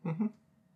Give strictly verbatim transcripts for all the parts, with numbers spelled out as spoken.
Mhm.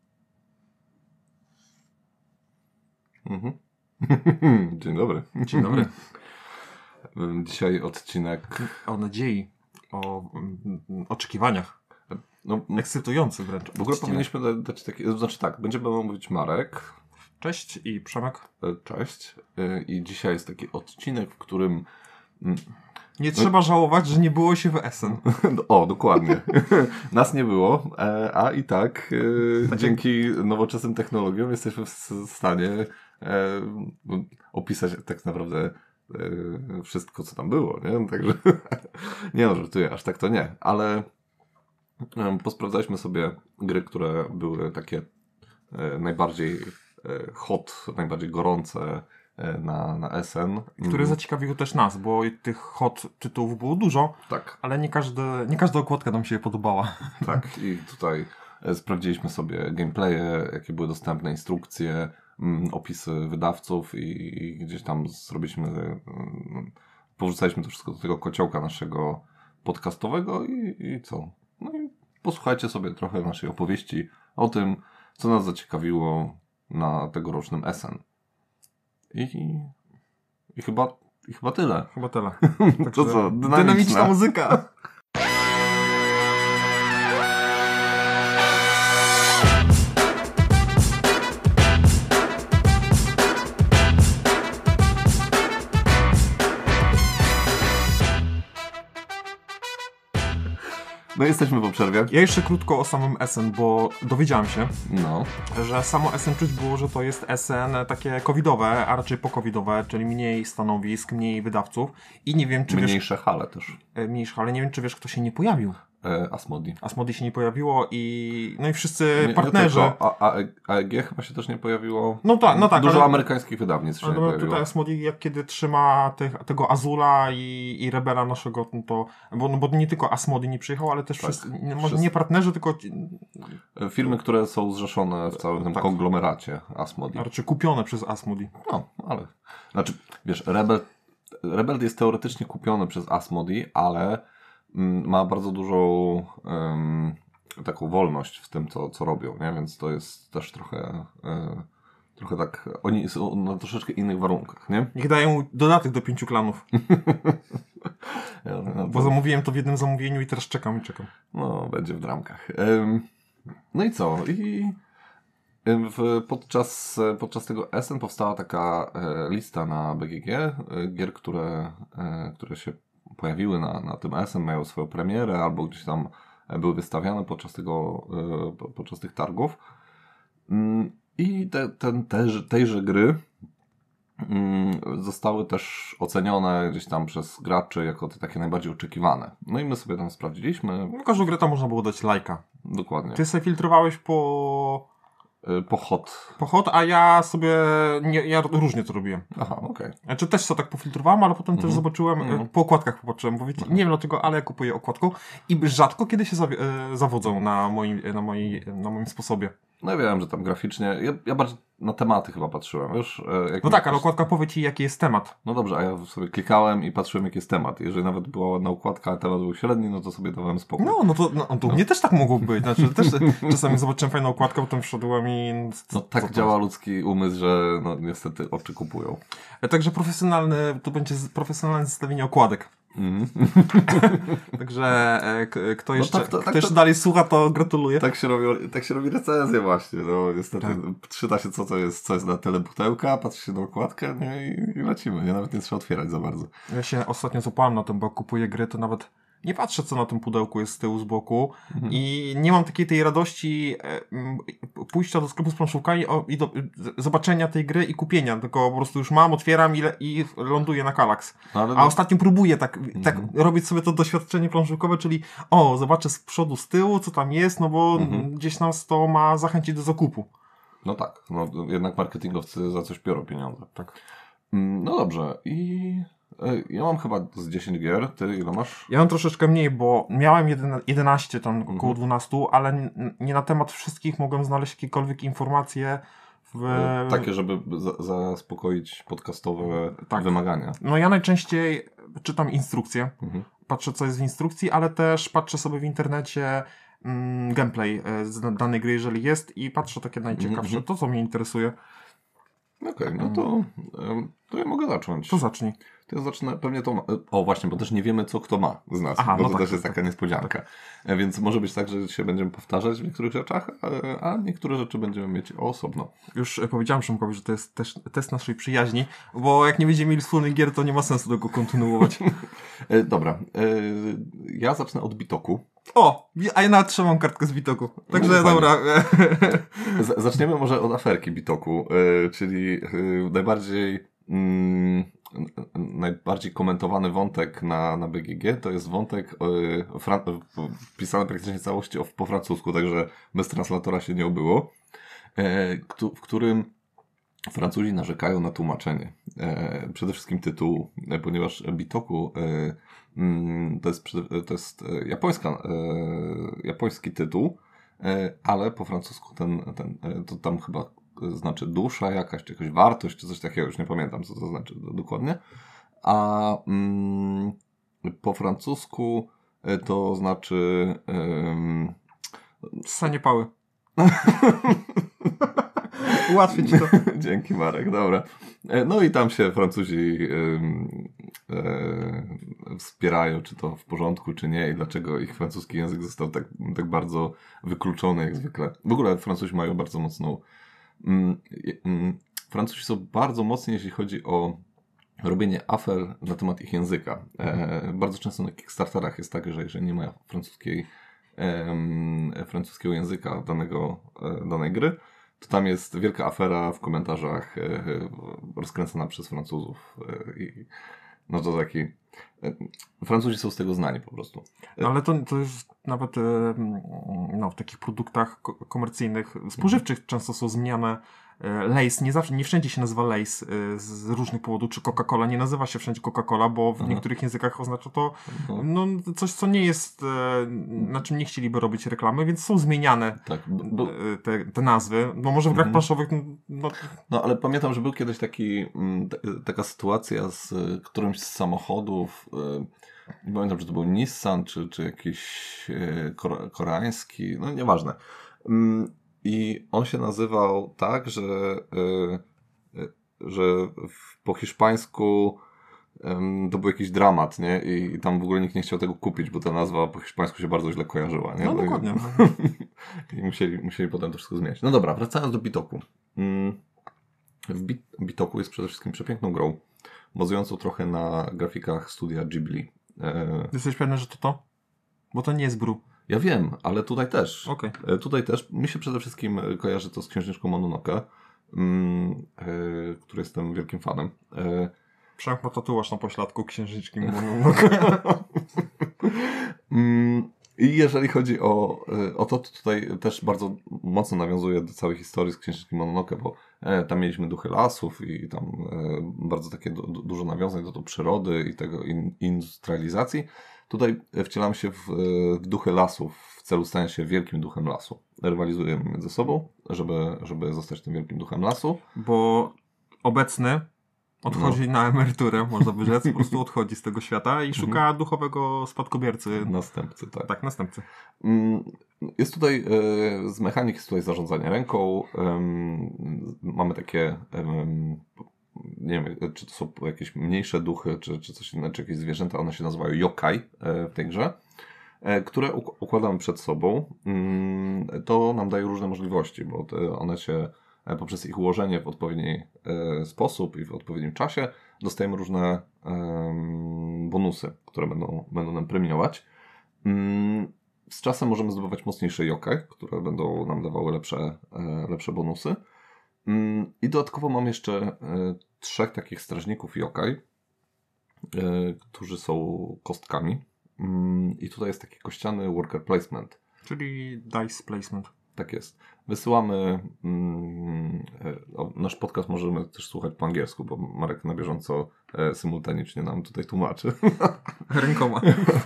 Mhm. Dzień dobry. Dzień dobry. Dzisiaj odcinek o nadziei, o mm, oczekiwaniach. No, ekscytujący wręcz. W ogóle odcinek. Powinniśmy dać, dać takie, znaczy tak, będziemy mówić Marek. Cześć i Przemek. Cześć. I dzisiaj jest taki odcinek, w którym nie trzeba żałować, że nie było się w Essen. O, dokładnie. Nas nie było, a i tak, tak dzięki jak... nowoczesnym technologiom jesteśmy w stanie opisać tak naprawdę wszystko, co tam było, nie? Także nie no, żartuję, aż tak to nie, ale posprawdzaliśmy sobie gry, które były takie najbardziej hot, najbardziej gorące na, na Essen. Które zaciekawiły też nas, bo tych hot tytułów było dużo, tak. Ale nie, każde, nie każda okładka nam się podobała. Tak, i tutaj sprawdziliśmy sobie gameplaye, jakie były dostępne, instrukcje, opisy wydawców i, i gdzieś tam zrobiliśmy, porzucaliśmy to wszystko do tego kociołka naszego podcastowego i, i co? No i posłuchajcie sobie trochę naszej opowieści o tym, co nas zaciekawiło na tegorocznym Essen. I, i, i, chyba, i chyba tyle. Chyba tyle. To co? Dynamiczna, dynamiczna muzyka. No jesteśmy po przerwie. Ja jeszcze krótko o samym Essen, bo dowiedziałem się, no. że samo Essen czuć było, że to jest Essen takie covidowe, a raczej po-covidowe, czyli mniej stanowisk, mniej wydawców i nie wiem, czy Mniejsze wiesz... hale też. Mniejsze hale, nie wiem, czy wiesz, kto się nie pojawił. E, Asmodee. Asmodee się nie pojawiło i no i wszyscy nie, partnerzy. Nie tylko, a, a, A E G chyba się też nie pojawiło. No tak, no tak. Dużo ale... amerykańskich wydawnictw się ale nie pojawiło. Tutaj Asmodee, jak kiedy trzyma tych, tego Azula i, i Rebela naszego, no to, bo, no bo nie tylko Asmodee nie przyjechał, ale też tak, wszyscy, nie, może wszyscy. nie partnerzy, tylko firmy, które są zrzeszone w całym tym tak. konglomeracie Asmodee. A raczej kupione przez Asmodee. No, ale znaczy, wiesz, Rebel, Rebel jest teoretycznie kupiony przez Asmodee, ale ma bardzo dużą um, taką wolność w tym, co, co robią, nie? Więc to jest też trochę e, trochę tak, oni są na troszeczkę innych warunkach, nie? Niech dają dodatek do pięciu klanów. ja, no, Bo to... zamówiłem to w jednym zamówieniu i teraz czekam i czekam. No, będzie w dramkach. Um, no i co? I w, podczas, podczas tego Essen powstała taka e, lista na B G G e, gier, które, e, które się pojawiły na, na tym Essen, mają swoją premierę albo gdzieś tam były wystawiane podczas, tego, yy, podczas tych targów. Yy, I te, ten, też, tejże gry yy, zostały też ocenione gdzieś tam przez graczy jako te takie najbardziej oczekiwane. No i my sobie tam sprawdziliśmy. No, każdą grę tam można było dać lajka. Dokładnie. Ty sobie filtrowałeś po... Po hot. Po hot, a ja sobie, nie, ja różnie to robiłem. Aha, okej. Okay. Znaczy też sobie tak pofiltrowałem, ale potem mm-hmm. też zobaczyłem, mm-hmm. po okładkach popatrzyłem, bo wiecie, mm-hmm. nie wiem dlaczego, ale ja kupuję okładką i rzadko kiedy się zawi- e, zawodzą na moim, na, mojej, na moim sposobie. No ja wiem, że tam graficznie, ja, ja bardziej na tematy chyba patrzyłem, wiesz? Jak no tak, ale okładka powie ci, jaki jest temat. No dobrze, a ja sobie klikałem i patrzyłem, jaki jest temat. Jeżeli nawet była ładna okładka, a temat był średni, no to sobie dawałem spokój. No, no to, no, to no. mnie też tak mogło być. Znaczy, też czasami zobaczyłem fajną okładkę, potem wszedłem i... No tak działa ludzki umysł, że no niestety oczy kupują. Także profesjonalne, to będzie profesjonalne zestawienie okładek. Mm. Także e, k- kto jeszcze, no tak, to, tak, kto jeszcze to, dalej słucha, to gratuluję. Tak się robi, tak się robi recenzja właśnie. No niestety tak. Czyta się co to jest, co jest na telebutełka, patrzy się na okładkę, nie, i, i lecimy. Nie, nawet nie trzeba otwierać za bardzo. Ja się ostatnio złapałem na tym, bo jak kupuję gry, to nawet nie patrzę, co na tym pudełku jest z tyłu, z boku mhm. i nie mam takiej tej radości e, pójścia do sklepu z planszówkami o, i do, e, zobaczenia tej gry i kupienia, tylko po prostu już mam, otwieram i, le, i ląduję na Kallax. Ale A no... ostatnio próbuję tak, mhm. tak robić sobie to doświadczenie planszówkowe, czyli o, zobaczę z przodu, z tyłu, co tam jest, no bo mhm. gdzieś nas to ma zachęcić do zakupu. No tak, no jednak marketingowcy za coś biorą pieniądze. Tak. No dobrze i... Ja mam chyba z dziesięć gier, ty ile masz? Ja mam troszeczkę mniej, bo miałem jedenaście, tam około mhm. dwanaście, ale nie na temat wszystkich mogłem znaleźć jakiekolwiek informacje w... Takie, żeby za- zaspokoić podcastowe tak. wymagania. No ja najczęściej czytam instrukcje, mhm. patrzę co jest w instrukcji, ale też patrzę sobie w internecie mm, gameplay e, z danej gry, jeżeli jest i patrzę takie najciekawsze, Mhm. to co mnie interesuje. Okej, okay, no to, to ja mogę zacząć. To zacznij. To ja zacznę pewnie to. Ma... O, właśnie, bo też nie wiemy, co kto ma z nas. Aha, bo no to tak, też jest tak, taka niespodzianka. Tak. Więc może być tak, że się będziemy powtarzać w niektórych rzeczach, a niektóre rzeczy będziemy mieć osobno. Już powiedziałem Szymkowi, że to jest też test naszej przyjaźni, bo jak nie będziemy mieli wspólnych gier, to nie ma sensu tego kontynuować. Dobra. Ja zacznę od Bitoku. O! A ja nawet trzymam kartkę z Bitoku. Także no, dobra. Z- zaczniemy może od aferki Bitoku, czyli najbardziej mm, najbardziej komentowany wątek na, na B G G to jest wątek yy, fran- pisany praktycznie całości po francusku, także bez translatora się nie obyło, yy, k- w którym Francuzi narzekają na tłumaczenie. Yy, przede wszystkim tytułu, yy, ponieważ Bitoku yy, yy, to jest, to jest japońska, yy, japoński tytuł, yy, ale po francusku ten, ten, yy, to tam chyba znaczy dusza jakaś, czy jakaś wartość, czy coś takiego, już nie pamiętam, co to znaczy dokładnie. A mm, po francusku to znaczy... Um... Ssanie pały. Ułatwię ci to. Dzięki, Marek, dobra. No i tam się Francuzi um, e, wspierają, czy to w porządku, czy nie, i dlaczego ich francuski język został tak, tak bardzo wykluczony jak zwykle. W ogóle Francuzi mają bardzo mocną Mm, mm, Francuzi są bardzo mocni, jeśli chodzi o robienie afer na temat ich języka. E, bardzo często na Kickstarterach jest tak, że jeżeli nie ma francuskiej, e, francuskiego języka danego, e, danej gry, to tam jest wielka afera w komentarzach e, rozkręcana przez Francuzów. E, i no to taki... E, Francuzi są z tego znani po prostu. No, ale to, to jest nawet e, no, w takich produktach ko- komercyjnych, spożywczych mhm. często są zmieniane e, Lay's, nie zawsze, nie wszędzie się nazywa Lay's e, z różnych powodów, czy Coca-Cola nie nazywa się wszędzie Coca-Cola, bo w Aha. niektórych językach oznacza to no, coś, co nie jest, e, na czym nie chcieliby robić reklamy, więc są zmieniane tak, bo... te, te nazwy, bo może w grach mhm. planszowych no... no ale pamiętam, że był kiedyś taki m, t- taka sytuacja z którymś z samochodów, e, nie pamiętam, czy to był Nissan, czy, czy jakiś e, kore- koreański, no nieważne. Mm, I on się nazywał tak, że, e, e, że w, po hiszpańsku e, to był jakiś dramat, nie? I, I tam w ogóle nikt nie chciał tego kupić, bo ta nazwa po hiszpańsku się bardzo źle kojarzyła, nie? No dokładnie. I musieli, musieli potem to wszystko zmieniać. No dobra, wracając do Bitoku. Mm, w Bit- Bitoku jest przede wszystkim przepiękną grą, bazującą trochę na grafikach studia Ghibli. Jesteś pewny, że to to? Bo to nie jest Bru. Ja wiem, ale tutaj też. Okay. Tutaj też. Mi się przede wszystkim kojarzy to z księżniczką Mononoke, mm, yy, który jestem wielkim fanem. Yy. Przemek ma tatuaż na pośladku księżniczki Mononoke. mm, I jeżeli chodzi o, o to, to tutaj też bardzo mocno nawiązuje do całej historii z księżniczki Mononoke, bo e, tam mieliśmy duchy lasów i tam e, bardzo takie du, dużo nawiązań do, do przyrody i tego in, industrializacji. Tutaj wcielam się w, w duchy lasów w celu stania się wielkim duchem lasu. Rywalizujemy między sobą, żeby, żeby zostać tym wielkim duchem lasu. Bo obecny odchodzi no. na emeryturę, można by rzec, po prostu odchodzi z tego świata i szuka mhm. duchowego spadkobiercy. Następcy, tak. Tak, następcy. Jest tutaj, z mechanik jest tutaj zarządzanie ręką. Mamy takie, nie wiem, czy to są jakieś mniejsze duchy, czy, czy coś innego, czy jakieś zwierzęta, one się nazywają yokai w tej grze, które układamy przed sobą. To nam daje różne możliwości, bo one się poprzez ich ułożenie w odpowiedni e, sposób i w odpowiednim czasie dostajemy różne e, bonusy, które będą, będą nam premiować. Mm, z czasem możemy zdobywać mocniejsze yokai, które będą nam dawały lepsze, e, lepsze bonusy. Mm, I dodatkowo mam jeszcze e, trzech takich strażników yokai, e, którzy są kostkami. Mm, I tutaj jest taki kościany worker placement. Czyli dice placement. Tak jest. Wysyłamy mm, o, nasz podcast możemy też słuchać po angielsku, bo Marek na bieżąco e, symultanicznie nam tutaj tłumaczy. Rękoma.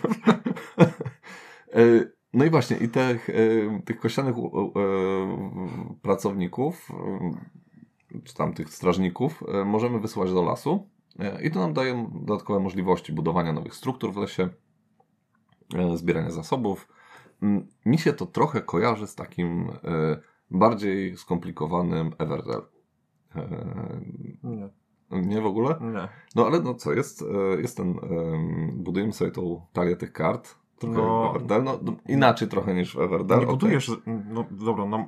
e, no i właśnie, i tych, e, tych kościanych e, pracowników, e, czy tam tych strażników, e, możemy wysyłać do lasu e, i to nam daje dodatkowe możliwości budowania nowych struktur w lesie, e, zbierania zasobów, m, mi się to trochę kojarzy z takim e, bardziej skomplikowanym Everdell. E, Nie. Nie w ogóle? Nie. No ale no co, jest, e, jest ten, e, budujemy sobie tą talię tych kart, trochę No, w Everdell, no inaczej trochę niż w Everdell. Nie okay. budujesz, no dobra, no,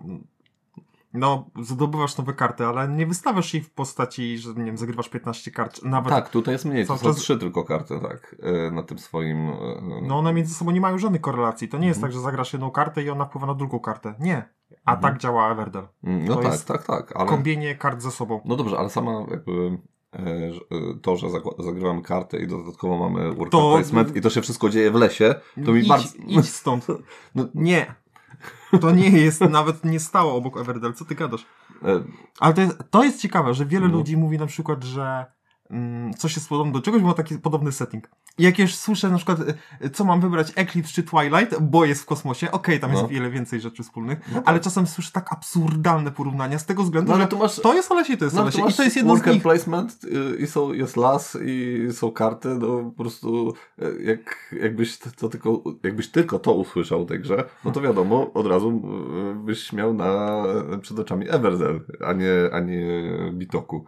no zdobywasz nowe karty, ale nie wystawiasz ich w postaci, że nie wiem, zagrywasz piętnaście kart, nawet... Tak, tutaj jest mniej, to są czas... trzy tylko karty, tak, e, na tym swoim... E, no one między sobą nie mają żadnej korelacji, to nie jest mhm. tak, że zagrasz jedną kartę i ona wpływa na drugą kartę, nie. A mhm. tak działa Everdell. No to tak, jest tak, tak. Ale... kombienie kart ze sobą. No dobrze, ale sama jakby to, że zagrywamy kartę i dodatkowo mamy worker to... placement i to się wszystko dzieje w lesie, to mi idź, bardzo... Idź stąd. No, nie. To nie jest, nawet nie stało obok Everdell. Co ty gadasz? Ale to jest, to jest ciekawe, że wiele no. ludzi mówi na przykład, że mm, coś jest podobne do czegoś, bo ma taki podobny setting. I jak już słyszę na przykład, co mam wybrać, Eclipse czy Twilight, bo jest w kosmosie, okej, okay, tam no. jest wiele więcej rzeczy wspólnych, no tak. ale czasem słyszę tak absurdalne porównania z tego względu, no, że tu masz, to jest o lesie i to jest no, o lesie. I to jest jedno z nich. Placement i są, jest las i są karty, no po prostu jak, jakbyś, to tylko, jakbyś tylko to usłyszał w tej grze, no to wiadomo, od razu byś miał na, przed oczami Everdell, a nie, a nie Bitoku.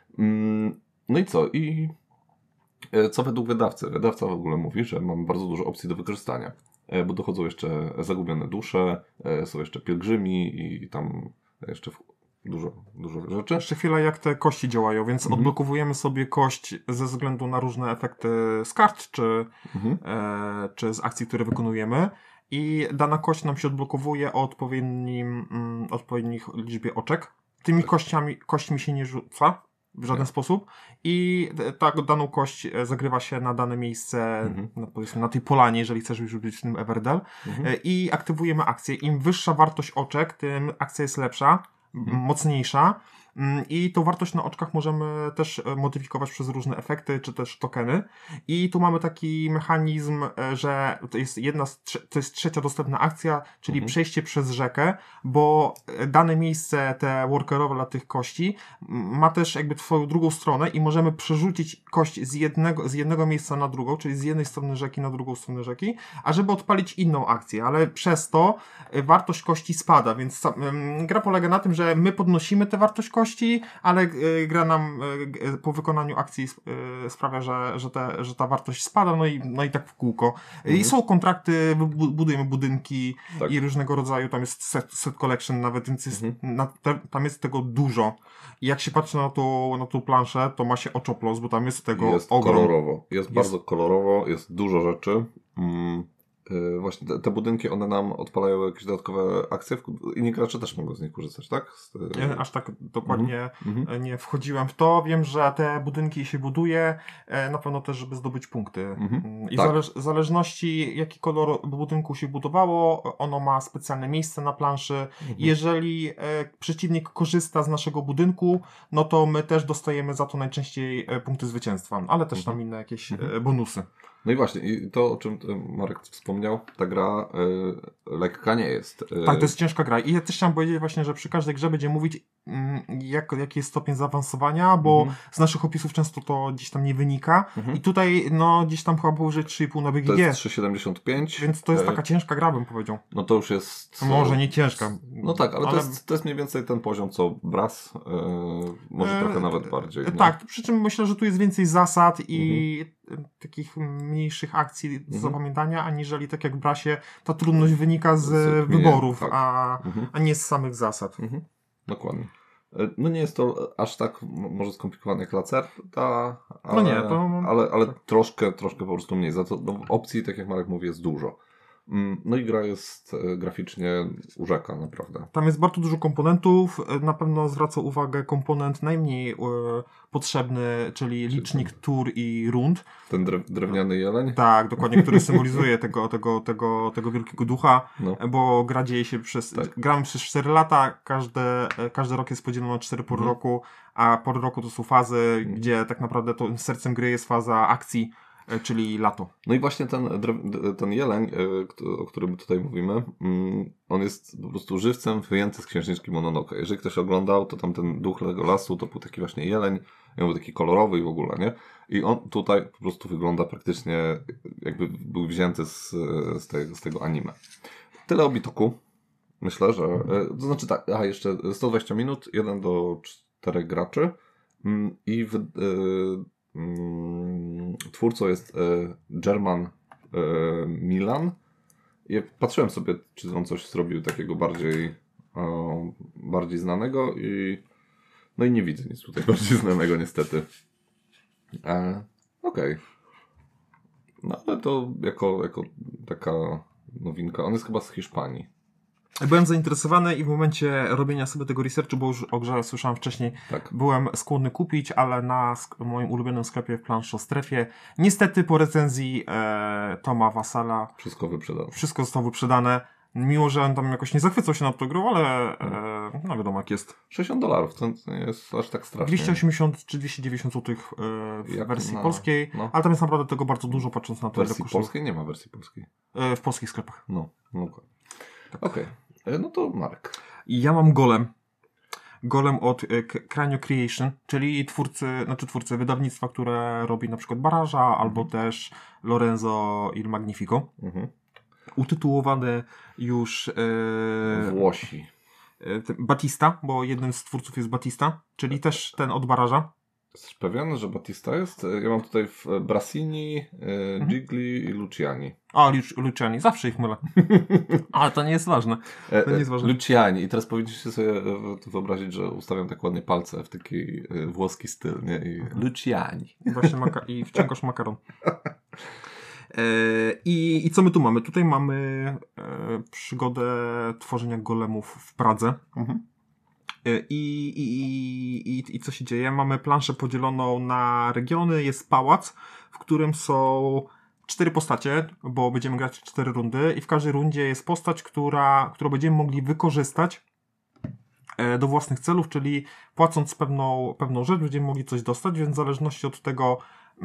No i co? I co według wydawcy? Wydawca w ogóle mówi, że mamy bardzo dużo opcji do wykorzystania, bo dochodzą jeszcze zagubione dusze, są jeszcze pielgrzymi i tam jeszcze dużo, dużo rzeczy. Jeszcze chwila, jak te kości działają, więc mhm. odblokowujemy sobie kość ze względu na różne efekty z kart, czy, mhm. e, czy z akcji, które wykonujemy. I dana kość nam się odblokowuje o odpowiednim, mm, odpowiednich liczbie oczek. Tymi kościami, kośćmi się nie rzuca w żaden tak. sposób i tak daną kość zagrywa się na dane miejsce, mhm. na, powiedzmy na tej polanie, jeżeli chcesz już być w tym Everdell mhm. i aktywujemy akcję. Im wyższa wartość oczek, tym akcja jest lepsza, mhm. mocniejsza i tą wartość na oczkach możemy też modyfikować przez różne efekty, czy też tokeny. I tu mamy taki mechanizm, że to jest jedna, z trze- to jest trzecia dostępna akcja, czyli mhm. przejście przez rzekę, bo dane miejsce, te workerowe dla tych kości, ma też jakby swoją drugą stronę i możemy przerzucić kość z jednego, z jednego miejsca na drugą, czyli z jednej strony rzeki na drugą stronę rzeki, a żeby odpalić inną akcję, ale przez to wartość kości spada, więc um, gra polega na tym, że my podnosimy tę wartość kości, ale y, gra nam y, po wykonaniu akcji y, sprawia, że, że, te, że ta wartość spada, no i, no i tak w kółko. Mhm. I są kontrakty, budujemy budynki tak. i różnego rodzaju, tam jest set, set collection nawet, więc jest, mhm. na, te, tam jest tego dużo. I jak się patrzy na tą, na tą planszę, to ma się oczoplos, bo tam jest tego jest ogrom. kolorowo. Jest, jest bardzo kolorowo, jest dużo rzeczy. Mm. Właśnie te, te budynki, one nam odpalają jakieś dodatkowe akcje, inni gracze też mogą z nich korzystać, tak? Z... Nie, aż tak dokładnie mm-hmm. nie wchodziłem w to. Wiem, że te budynki się buduje, na pewno też, żeby zdobyć punkty. Mm-hmm. I w tak. zależ- zależności, jaki kolor budynku się budowało, ono ma specjalne miejsce na planszy. Mm-hmm. Jeżeli e, przeciwnik korzysta z naszego budynku, no to my też dostajemy za to najczęściej punkty zwycięstwa, ale też mm-hmm. tam inne jakieś mm-hmm. e, bonusy. No i właśnie, i to, o czym Marek wspomniał, ta gra y, lekka nie jest. Y... Tak, to jest ciężka gra. I ja też chciałem powiedzieć właśnie, że przy każdej grze będzie mówić, mm, jak, jaki jest stopień zaawansowania, bo mm. z naszych opisów często to gdzieś tam nie wynika. Mm-hmm. I tutaj, no, gdzieś tam chyba powyżej trzy i pół na B G G. To jest trzy siedemdziesiąt pięć. Więc to jest taka ciężka gra, bym powiedział. No to już jest... Może nie ciężka. No tak, ale, ale... To, jest, to jest mniej więcej ten poziom, co Brass. Yy, może e... trochę nawet bardziej. Nie? Tak, przy czym myślę, że tu jest więcej zasad i mm-hmm. takich mniejszych akcji do mhm. zapamiętania, aniżeli tak jak w Brassie ta trudność wynika z, z wyborów, tak. a, mhm. a nie z samych zasad. Mhm. Dokładnie. No nie jest to aż tak może skomplikowane jak Lacerta, ale, no nie, to... ale, ale tak. troszkę, troszkę po prostu mniej. Za to no, opcji, tak jak Marek mówi, jest dużo. No i gra jest graficznie urzeka, naprawdę. Tam jest bardzo dużo komponentów. Na pewno zwraca uwagę komponent najmniej e, potrzebny, czyli licznik tur i rund. Ten drew, drewniany jeleń? Tak, dokładnie, który symbolizuje tego, tego, tego, tego wielkiego ducha, no. bo gra dzieje się przez... Tak. Gramy przez cztery lata, każde, każdy rok jest podzielony na cztery pory mhm. roku, a pory roku to są fazy, mhm. gdzie tak naprawdę to sercem gry jest faza akcji, czyli lato. No i właśnie ten, ten jeleń, o którym tutaj mówimy, on jest po prostu żywcem wyjęty z księżniczki Mononoke. Jeżeli ktoś oglądał, to tam ten duch Legolasu to był taki właśnie jeleń, on był taki kolorowy i w ogóle, nie? I on tutaj po prostu wygląda praktycznie jakby był wzięty z, z, tego, z tego anime. tyle o Bitoku. Myślę, że... To znaczy tak, aha, jeszcze sto dwadzieścia minut, jeden do czterech graczy i w, y, y, twórcą jest y, German y, Milan. Ja patrzyłem sobie, czy on coś zrobił takiego bardziej y, bardziej znanego i no i nie widzę nic tutaj bardziej znanego niestety. E, Okej. Okay. No ale to jako, jako taka nowinka. On jest chyba z Hiszpanii. Byłem zainteresowany i w momencie robienia sobie tego researchu, bo już o grze słyszałem wcześniej, tak. byłem skłonny kupić, ale na sk- moim ulubionym sklepie w Planszą-Strefie niestety po recenzji e, Toma Wasala wszystko wyprzedane. Wszystko zostało wyprzedane. Mimo, że on tam jakoś nie zachwycał się nad tą grą, ale e, no wiadomo jak jest. sześćdziesiąt dolarów, to nie jest aż tak strasznie. dwieście osiemdziesiąt czy dwieście dziewięćdziesiąt złotych e, w jak wersji na, polskiej, no. ale tam jest naprawdę tego bardzo dużo, patrząc na to. W wersji polskiej? Nie ma wersji polskiej. E, w polskich sklepach. No, no tak. Okej. Okay. No to Marek. I ja mam Golem. Golem od e, Cranio Creation, czyli twórcy, znaczy twórcy wydawnictwa, które robi na przykład Baraża, mhm. albo też Lorenzo il Magnifico. Mhm. Utytułowany już e, Włosi. E, Batista, bo jednym z twórców jest Batista, czyli też ten od Baraża. Jesteś pewien, że Batista jest? Ja mam tutaj w Brassini, e, mhm. Gigli i Luciani. A, Luc- Luciani, zawsze ich mylę. Ale to nie jest ważne. To nie jest ważne. Luciani. I teraz powinniście sobie wyobrazić, że ustawiam tak ładnie palce w taki włoski styl, nie? I Luciani. Właśnie maka- i wciągasz makaron. I, I co my tu mamy? Tutaj mamy e, przygodę tworzenia golemów w Pradze. Mhm. I, i, i, I co się dzieje? Mamy planszę podzieloną na regiony, jest pałac, w którym są cztery postacie, bo będziemy grać w cztery rundy i w każdej rundzie jest postać, która, którą będziemy mogli wykorzystać do własnych celów, czyli płacąc pewną, pewną rzecz będziemy mogli coś dostać, więc w zależności od tego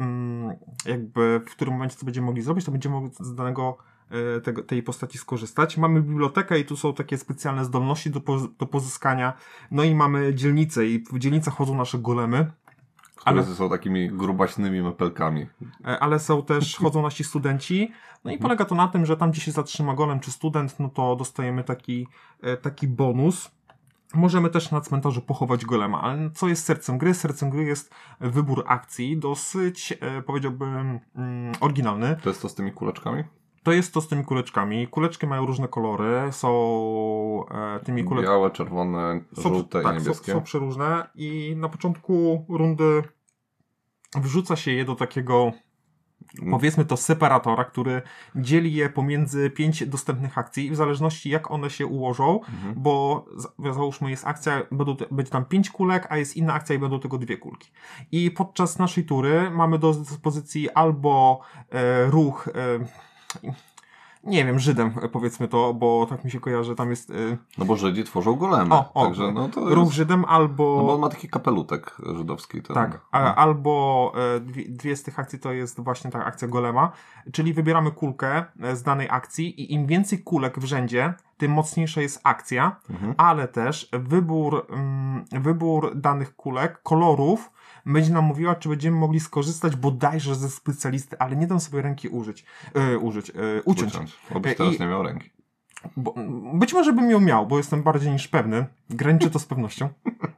jakby w którym momencie co będziemy mogli zrobić, to będziemy mogli z danego tego, tej postaci skorzystać. Mamy bibliotekę i tu są takie specjalne zdolności do, poz, do pozyskania. No i mamy dzielnicę i w dzielnicach chodzą nasze golemy. Które ale, są takimi grubaśnymi mepelkami. Ale są też, chodzą nasi studenci. No i polega to na tym, że tam gdzie się zatrzyma golem czy student, no to dostajemy taki, taki bonus. Możemy też na cmentarzu pochować golema, ale co jest sercem gry? Sercem gry jest wybór akcji, dosyć, e, powiedziałbym, mm, oryginalny. To jest to z tymi kuleczkami? To jest to z tymi kuleczkami. Kuleczki mają różne kolory, są e, tymi kuleczkami... Białe, czerwone, żółte są, i niebieskie. Tak, są, są przeróżne i na początku rundy wrzuca się je do takiego... powiedzmy to separatora, który dzieli je pomiędzy pięć dostępnych akcji i w zależności jak one się ułożą, mhm. bo załóżmy jest akcja, będą, będzie tam pięć kulek, a jest inna akcja i będą tylko dwie kulki. I podczas naszej tury mamy do dyspozycji albo e, ruch e, nie wiem, Żydem powiedzmy to, bo tak mi się kojarzy, tam jest... Yy... No bo Żydzi tworzą golemy. O, o, także no to ruch jest... Żydem albo... No bo on ma taki kapelutek żydowski. Ten... Tak, a, no. albo e, dwie, dwie z tych akcji to jest właśnie ta akcja golema, czyli wybieramy kulkę z danej akcji i im więcej kulek w rzędzie, tym mocniejsza jest akcja, mhm. ale też wybór, mm, wybór danych kulek, kolorów będzie nam mówiła, czy będziemy mogli skorzystać bodajże ze specjalisty, ale nie dam sobie ręki użyć, yy, użyć, yy, uciąć. uciąć. Bo byś teraz I, nie miał ręki. Bo, być może bym ją miał, bo jestem bardziej niż pewny. Graniczy to z pewnością.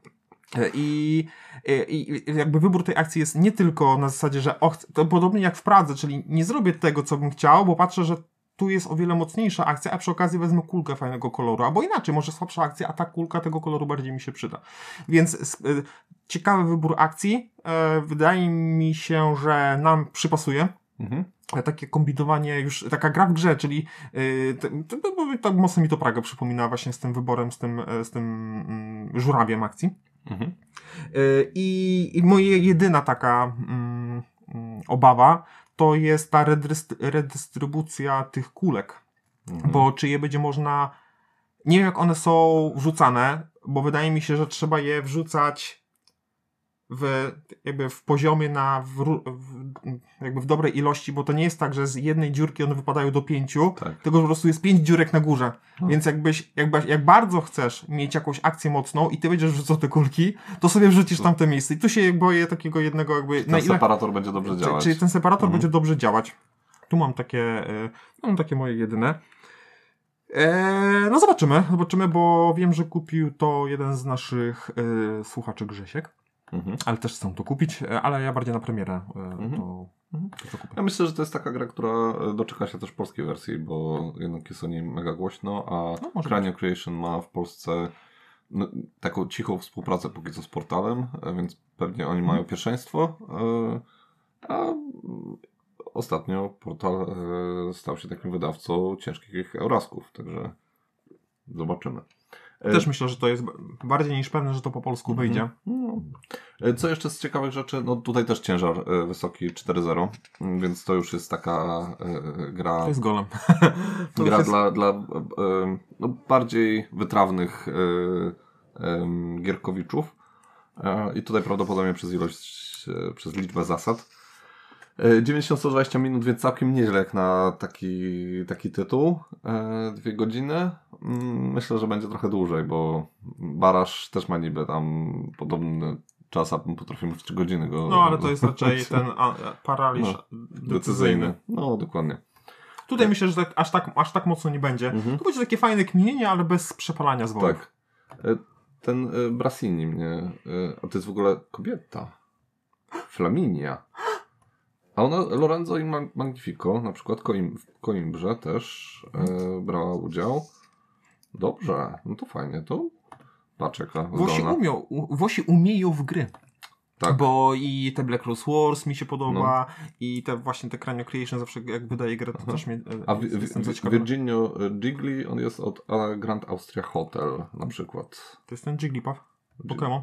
I, i, I jakby wybór tej akcji jest nie tylko na zasadzie, że och, to podobnie jak w Pradze, czyli nie zrobię tego, co bym chciał, bo patrzę, że tu jest o wiele mocniejsza akcja, a przy okazji wezmę kulkę fajnego koloru, albo inaczej, może słabsza akcja, a ta kulka tego koloru bardziej mi się przyda. Więc y, ciekawy wybór akcji. Y, wydaje mi się, że nam przypasuje. Mhm. Takie kombinowanie, już taka gra w grze, czyli yy, tak mocno mi to Praga przypomina właśnie z tym wyborem, z tym, z tym yy, żurawiem akcji. Mhm. Yy, i, I moja jedyna taka yy, yy, obawa to jest ta redystry- redystrybucja tych kulek. Mhm. Bo czy je będzie można... Nie wiem, jak one są wrzucane, bo wydaje mi się, że trzeba je wrzucać w, jakby w poziomie na w, w, jakby w dobrej ilości, bo to nie jest tak, że z jednej dziurki one wypadają do pięciu, tak. Tylko po prostu jest pięć dziurek na górze. No. Więc jakbyś, jakby, jak bardzo chcesz mieć jakąś akcję mocną i ty będziesz wrzucał te kulki, to sobie wrzucisz tam te miejsce. I tu się boję takiego jednego jakby... Ten na ile, separator będzie dobrze działać. Czyli ten separator mhm. będzie dobrze działać. Tu mam takie, y, mam takie moje jedyne. Eee, no zobaczymy, zobaczymy, bo wiem, że kupił to jeden z naszych e, słuchaczy Grzesiek, Mhm. ale też chcę to kupić, e, ale ja bardziej na premierę e, Mhm. to, Mhm. to, to kupię. Ja myślę, że to jest taka gra, która doczeka się też polskiej wersji, bo jednak jest o niej mega głośno, a No, może Cranium Creation ma w Polsce no, taką cichą współpracę póki co z portalem, e, więc pewnie oni mają pierwszeństwo, e, a mm, ostatnio portal e, stał się takim wydawcą ciężkich eurasków, także zobaczymy. E, Też myślę, że to jest b- bardziej niż pewne, że to po polsku wyjdzie. No. E, Co jeszcze z ciekawych rzeczy? No tutaj też ciężar e, wysoki cztery zero, m, więc to już jest taka e, gra, To jest golem. To gra już jest... dla, dla e, e, no, bardziej wytrawnych e, e, gierkowiczów. E, I tutaj prawdopodobnie przez ilość, e, przez liczbę zasad. E, dziewięćdziesiąt do stu dwudziestu minut, więc całkiem nieźle jak na taki, taki tytuł. E, dwie godziny. Mm, Myślę, że będzie trochę dłużej, bo Barasz też ma niby tam podobny czas, a potrafimy w trzy godziny go... No ale to jest raczej ten a, paraliż No, decyzyjny. decyzyjny. No, dokładnie. Tutaj myślę, że tak, aż, tak, aż tak mocno nie będzie. Mhm. To będzie takie fajne kminienie, ale bez przepalania zwłok. Tak. E, Ten e, Brassini mnie... e, A to jest w ogóle kobieta. Flaminia. A ona, Lorenzo i Mag- Magnifico, na przykład Coim, w Coimbrze też e, brała udział. Dobrze, no to fajnie, to patrz jaka Włosi, zdolna. umią, u, Włosi umieją w gry. Tak. Bo i te Black Rose Wars mi się podoba i te właśnie te Cranium Creation zawsze jak wydaje grę, to Aha. też mnie A e, Wi- jestem Wi- zaciekawiony. Virginio Gigli, on jest od A Grand Austria Hotel na przykład. To jest ten Jigglypuff, Pokémon.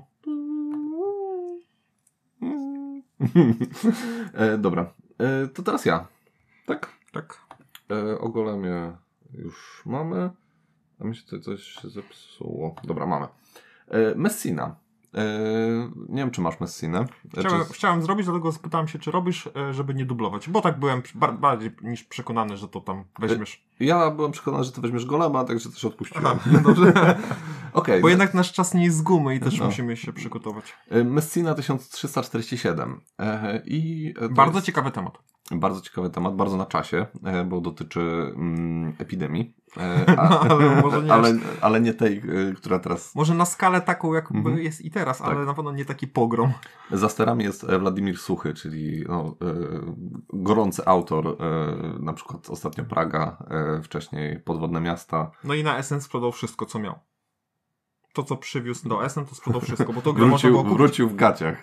e, dobra, e, to teraz ja. Tak? Tak. E, o golemie już mamy. A mi się tutaj coś zepsuło. Dobra, mamy. E, Messina. E, nie wiem, czy masz Messinę. E, Chciałem, czy... chciałem zrobić, dlatego zapytałem się, czy robisz, e, żeby nie dublować. Bo tak byłem bar- bardziej niż przekonany, że to tam weźmiesz. Ja byłem przekonany, że ty weźmiesz golema, także też odpuściłem. Aha, dobrze. Okej. Bo jednak nasz czas nie jest z gumy i też No. musimy się przygotować. E, Messina tysiąc trzysta czterdzieści siedem. E, I to Bardzo jest ciekawy temat. bardzo ciekawy temat, bardzo na czasie, e, bo dotyczy mm, epidemii. E, a, No, ale może nie ale, aż- ale nie tej, e, która teraz... Może na skalę taką, jak Mhm. jest i teraz, Tak. ale na pewno nie taki pogrom. Za sterami jest e, Władimir Suchy, czyli no, e, gorący autor, e, na przykład ostatnio Praga, e, wcześniej Podwodne Miasta. No i na Essen sprzedał wszystko, co miał. To, co przywiózł do Essen, to sprzedał wszystko, bo to grę można Wrócił, było kupić. wrócił w gaciach.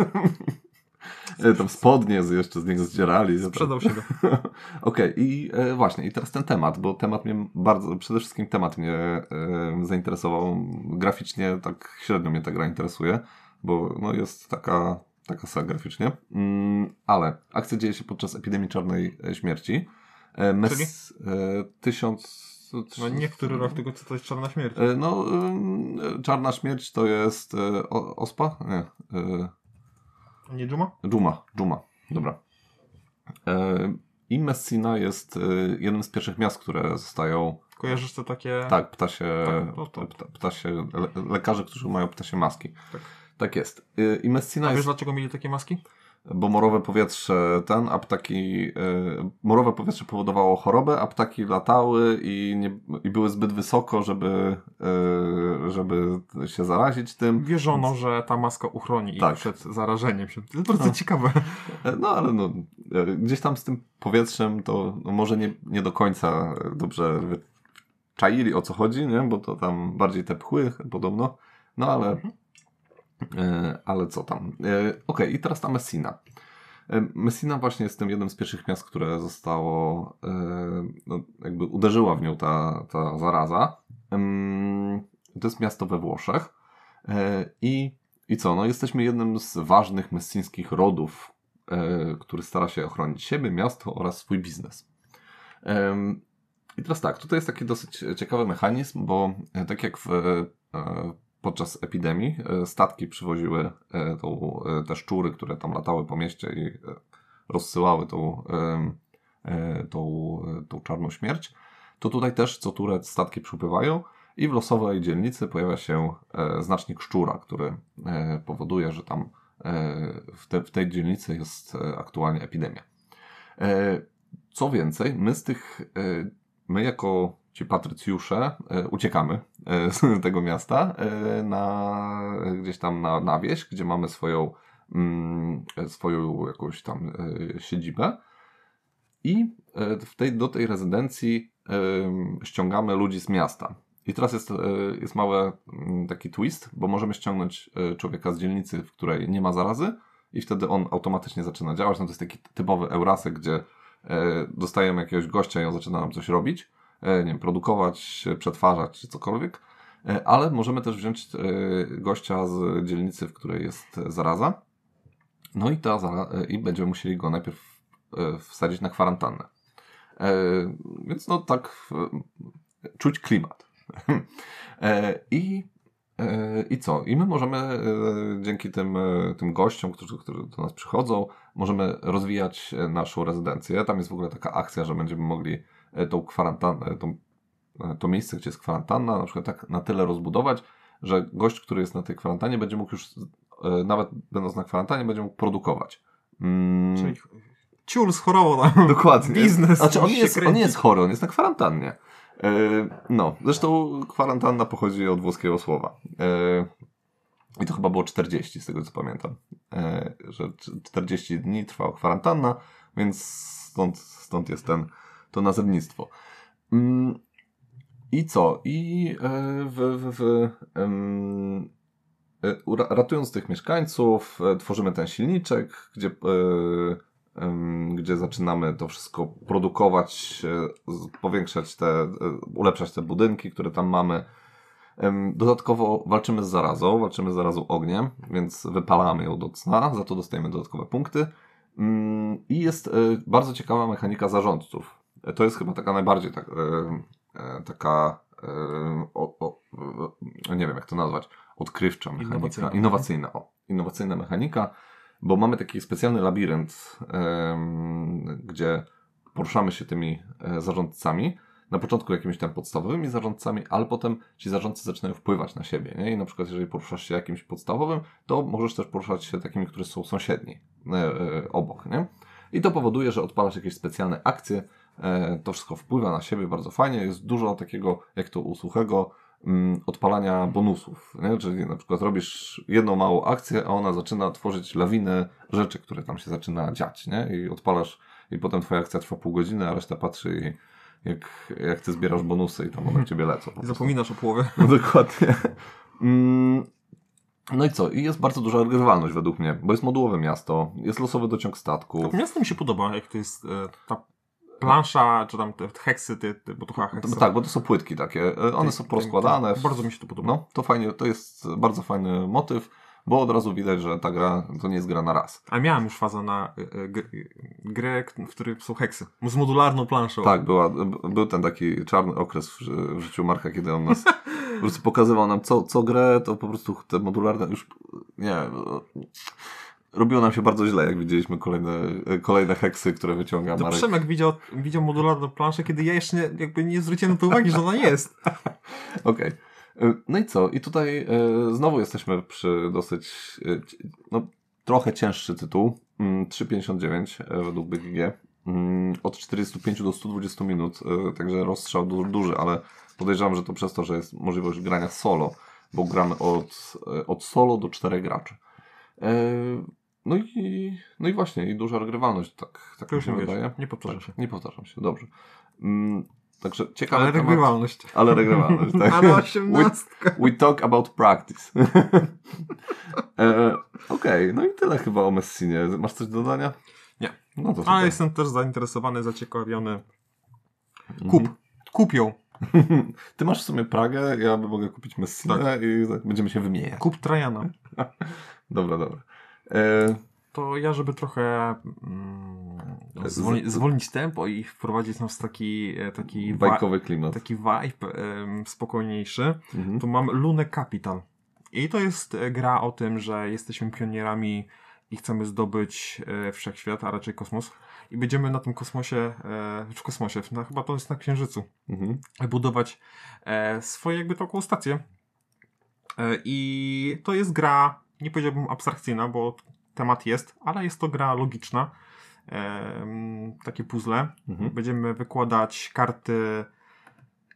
E, Tam spodnie z, jeszcze z niego zdzierali. Sprzedał się go. Okej, i e, właśnie, i teraz ten temat, bo temat mnie bardzo, przede wszystkim temat mnie e, zainteresował. Graficznie tak średnio mnie ta gra interesuje, bo no, jest taka, taka sama graficznie. Mm, ale akcja dzieje się podczas epidemii czarnej e, śmierci. E, mes, Czyli? E, tysiąc... No niektóry rok tego, co to jest czarna śmierć. E, no, e, czarna śmierć to jest e, o, ospa? Nie. E, Nie Dżuma? Dżuma, Dżuma, dobra. E, I Messina jest e, jednym z pierwszych miast, które zostają... Kojarzysz to takie... Tak, ptasie, Tak, to- to- pta, ptasie le, lekarze, którzy mają ptasie maski. Tak. Tak jest. E, I Messina A wiesz jest... dlaczego mieli takie maski? Bo morowe powietrze ten, a ptaki... E, morowe powietrze powodowało chorobę, a ptaki latały i, nie, i były zbyt wysoko, żeby, e, żeby się zarazić tym. Wierzono, że ta maska uchroni ich Tak. przed zarażeniem się. To jest bardzo ciekawe. E, No ale no, e, gdzieś tam z tym powietrzem to no, może nie, nie do końca dobrze czaili o co chodzi, nie? Bo to tam bardziej te pchły podobno. No ale, e, ale co tam. E, Okej, i teraz ta Messina. E, Messina właśnie jest tym jednym z pierwszych miast, które zostało, e, no, jakby uderzyła w nią ta, ta zaraza. Ym, To jest miasto we Włoszech. E, I, i co? No jesteśmy jednym z ważnych messińskich rodów, e, który stara się ochronić siebie, miasto oraz swój biznes. Em, I teraz tak, tutaj jest taki dosyć ciekawy mechanizm, bo e, tak jak w, e, podczas epidemii e, statki przywoziły e, tą, e, te szczury, które tam latały po mieście i e, rozsyłały tą, e, e, tą, e, tą czarną śmierć, to tutaj też co turę statki przypływają i w losowej dzielnicy pojawia się e, znacznik szczura, który e, powoduje, że tam e, w, te, w tej dzielnicy jest e, aktualnie epidemia. E, co więcej, my z tych, e, my jako ci patrycjusze, uciekamy z tego miasta na, gdzieś tam na, na wieś, gdzie mamy swoją, swoją jakąś tam siedzibę i w tej, do tej rezydencji ściągamy ludzi z miasta. I teraz jest, jest mały taki twist, bo możemy ściągnąć człowieka z dzielnicy, w której nie ma zarazy i wtedy on automatycznie zaczyna działać. No to jest taki typowy Eurasek, gdzie dostajemy jakiegoś gościa i on zaczyna nam coś robić, nie wiem, produkować, przetwarzać czy cokolwiek, ale możemy też wziąć gościa z dzielnicy, w której jest zaraza, no i, ta zara- i będziemy musieli go najpierw wsadzić na kwarantannę. Więc no tak czuć klimat. I, I co? I my możemy dzięki tym, tym gościom, którzy, którzy do nas przychodzą, możemy rozwijać naszą rezydencję. Tam jest w ogóle taka akcja, że będziemy mogli tą kwarantannę, tą, to miejsce, gdzie jest kwarantanna, na przykład tak na tyle rozbudować, że gość, który jest na tej kwarantannie, będzie mógł już, nawet będąc na kwarantannie, będzie mógł produkować. Mm. Czyli ciul schorował nam. Dokładnie. Biznes. Znaczy on nie, jest, on nie jest chory, on jest na kwarantannie. No, zresztą kwarantanna pochodzi od włoskiego słowa. I to chyba było czterdzieści, z tego co pamiętam. Że czterdzieści dni trwała kwarantanna, więc stąd, stąd jest ten, to nazewnictwo. I co? I w, w, w, ratując tych mieszkańców, tworzymy ten silniczek, gdzie gdzie zaczynamy to wszystko produkować, powiększać te, ulepszać te budynki, które tam mamy. Dodatkowo walczymy z zarazą, walczymy z zarazą ogniem, więc wypalamy ją do cna, za to dostajemy dodatkowe punkty. I jest bardzo ciekawa mechanika zarządców. To jest chyba taka najbardziej tak, taka, o, o, nie wiem jak to nazwać, odkrywcza mechanika, innowacyjna, innowacyjna, o, innowacyjna mechanika. Bo mamy taki specjalny labirynt, um, gdzie poruszamy się tymi e, zarządcami. Na początku jakimiś tam podstawowymi zarządcami, ale potem ci zarządcy zaczynają wpływać na siebie. Nie? I na przykład jeżeli poruszasz się jakimś podstawowym, to możesz też poruszać się takimi, które są sąsiedni, e, e, obok. Nie? I to powoduje, że odpalasz jakieś specjalne akcje. E, to wszystko wpływa na siebie bardzo fajnie. Jest dużo takiego, jak to u Suchego, odpalania bonusów, nie? Czyli na przykład robisz jedną małą akcję, a ona zaczyna tworzyć lawinę rzeczy, które tam się zaczyna dziać, nie? I odpalasz i potem twoja akcja trwa pół godziny, a reszta patrzy i jak, jak ty zbierasz bonusy i tam one w ciebie lecą. I zapominasz o połowie. No, dokładnie. No i co? I jest bardzo duża regrywalność według mnie, bo jest modułowe miasto, jest losowy dociąg statków. To miasto mi się podoba, jak to jest e, ta plansza, czy tam te heksy, te, te, bo to chyba heksy. Tak, bo to są płytki takie. One są porozkładane. Bardzo mi się to podoba. No, to fajnie, to jest bardzo fajny motyw, bo od razu widać, że ta gra to nie jest gra na raz. A miałem już fazę na y, gr, grę, w której są heksy. Z modularną planszą. Tak, była, był ten taki czarny okres w, w życiu Marka, kiedy on nas po prostu pokazywał nam co, co grę, to po prostu te modularne już, nie robiło nam się bardzo źle, jak widzieliśmy kolejne, kolejne heksy, które wyciąga to Marek. Przemek widział, widział modularną planszę, kiedy ja jeszcze nie, jakby nie zwróciłem na to uwagi, że ona jest. Okej. Okay. No i co? I tutaj e, znowu jesteśmy przy dosyć e, no, trochę cięższy tytuł. Mm, trzy pięćdziesiąt dziewięć e, według B G G. Mm, od czterdziestu pięciu do stu dwudziestu minut. E, także rozstrzał du- duży, ale podejrzewam, że to przez to, że jest możliwość grania solo, bo gramy od, e, od solo do czterech graczy. E, no i, no i właśnie, i duża regrywalność, tak, tak To mi już się nie wydaje. wiesz, nie powtarzam tak, się. Nie powtarzam się, dobrze. Mm, także ciekawe. Ale regrywalność. Ale regrywalność, tak. Ale osiemnastka. We, we talk about practice. e, Okej, okay, no i tyle chyba o Messinie. Masz coś do dodania? Nie. No to Ale super. jestem też zainteresowany, zaciekawiony. Kup. Mhm. Kup ją. Ty masz w sumie Pragę, ja bym mogę kupić Messinę tak. I będziemy się wymieniać. Kup Trajana. Dobra, dobra. E... To ja, żeby trochę mm, zwolni, zwolnić tempo i wprowadzić nas w taki taki bajkowy klimat. Taki vibe um, spokojniejszy, mhm. to mam Lunę Capital. I to jest gra o tym, że jesteśmy pionierami i chcemy zdobyć e, wszechświat, a raczej kosmos. I będziemy na tym kosmosie, e, w kosmosie, no, chyba to jest na Księżycu, mhm. budować e, swoje jakby taką stację. E, I to jest gra, nie powiedziałbym abstrakcyjna, bo temat jest, ale jest to gra logiczna. E, takie puzzle. Mhm. Będziemy wykładać karty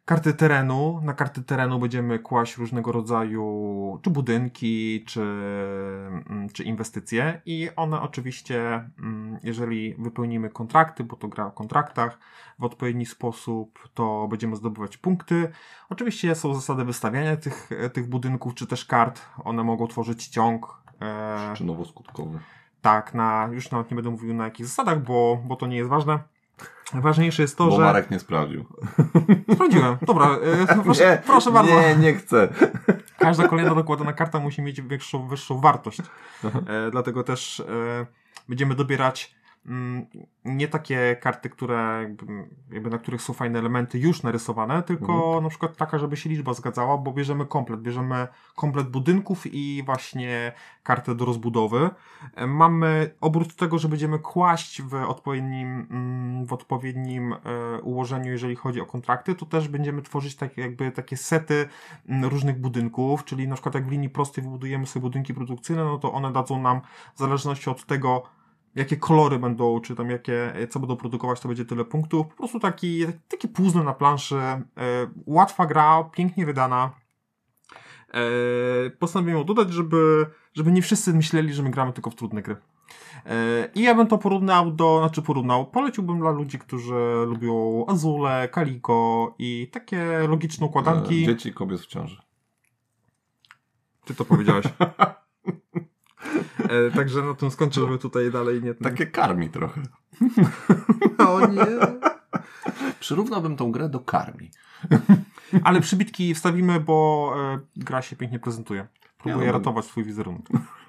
karty terenu. Na karty terenu będziemy kłaść różnego rodzaju czy budynki, czy, czy inwestycje i one oczywiście, jeżeli wypełnimy kontrakty, bo to gra o kontraktach w odpowiedni sposób, to będziemy zdobywać punkty. Oczywiście są zasady wystawiania tych, tych budynków, czy też kart. One mogą tworzyć ciąg. Przyczynowo-skutkowy. Tak, na, już nawet nie będę mówił na jakich zasadach, bo, bo to nie jest ważne. Ważniejsze jest to, bo że... Bo Marek nie sprawdził. Sprawdziłem. Dobra, e, proszę, nie, proszę bardzo. Nie, nie chcę. Każda kolejna dokładana karta musi mieć wyższą, wyższą wartość. E, dlatego też e, będziemy dobierać mm, nie takie karty, które jakby na których są fajne elementy już narysowane, tylko mhm. na przykład taka, żeby się liczba zgadzała, bo bierzemy komplet. Bierzemy komplet budynków i właśnie kartę do rozbudowy. E, mamy oprócz tego, że będziemy kłaść w odpowiednim, mm, w odpowiednim e, ułożeniu, jeżeli chodzi o kontrakty, to też będziemy tworzyć tak, jakby takie sety m, różnych budynków, czyli na przykład jak w linii prostej wybudujemy sobie budynki produkcyjne, no to one dadzą nam w zależności od tego, jakie kolory będą, czy tam jakie, co będą produkować, to będzie tyle punktów. Po prostu taki, taki puzzle na planszy. E, łatwa gra, pięknie wydana. E, postanowiłem dodać, żeby, żeby nie wszyscy myśleli, że my gramy tylko w trudne gry. E, I ja bym to porównał do, znaczy porównał, poleciłbym dla ludzi, którzy lubią Azule, Kaliko i takie logiczne układanki. E, dzieci kobiet w ciąży. Ty to powiedziałeś. E, także na tym skończę, żeby tutaj dalej nie... Takie karmi trochę. O nie. Przyrównałbym tą grę do karmi. Ale przybitki wstawimy, bo e, gra się pięknie prezentuje. Próbuję ja, no, ratować swój wizerunek.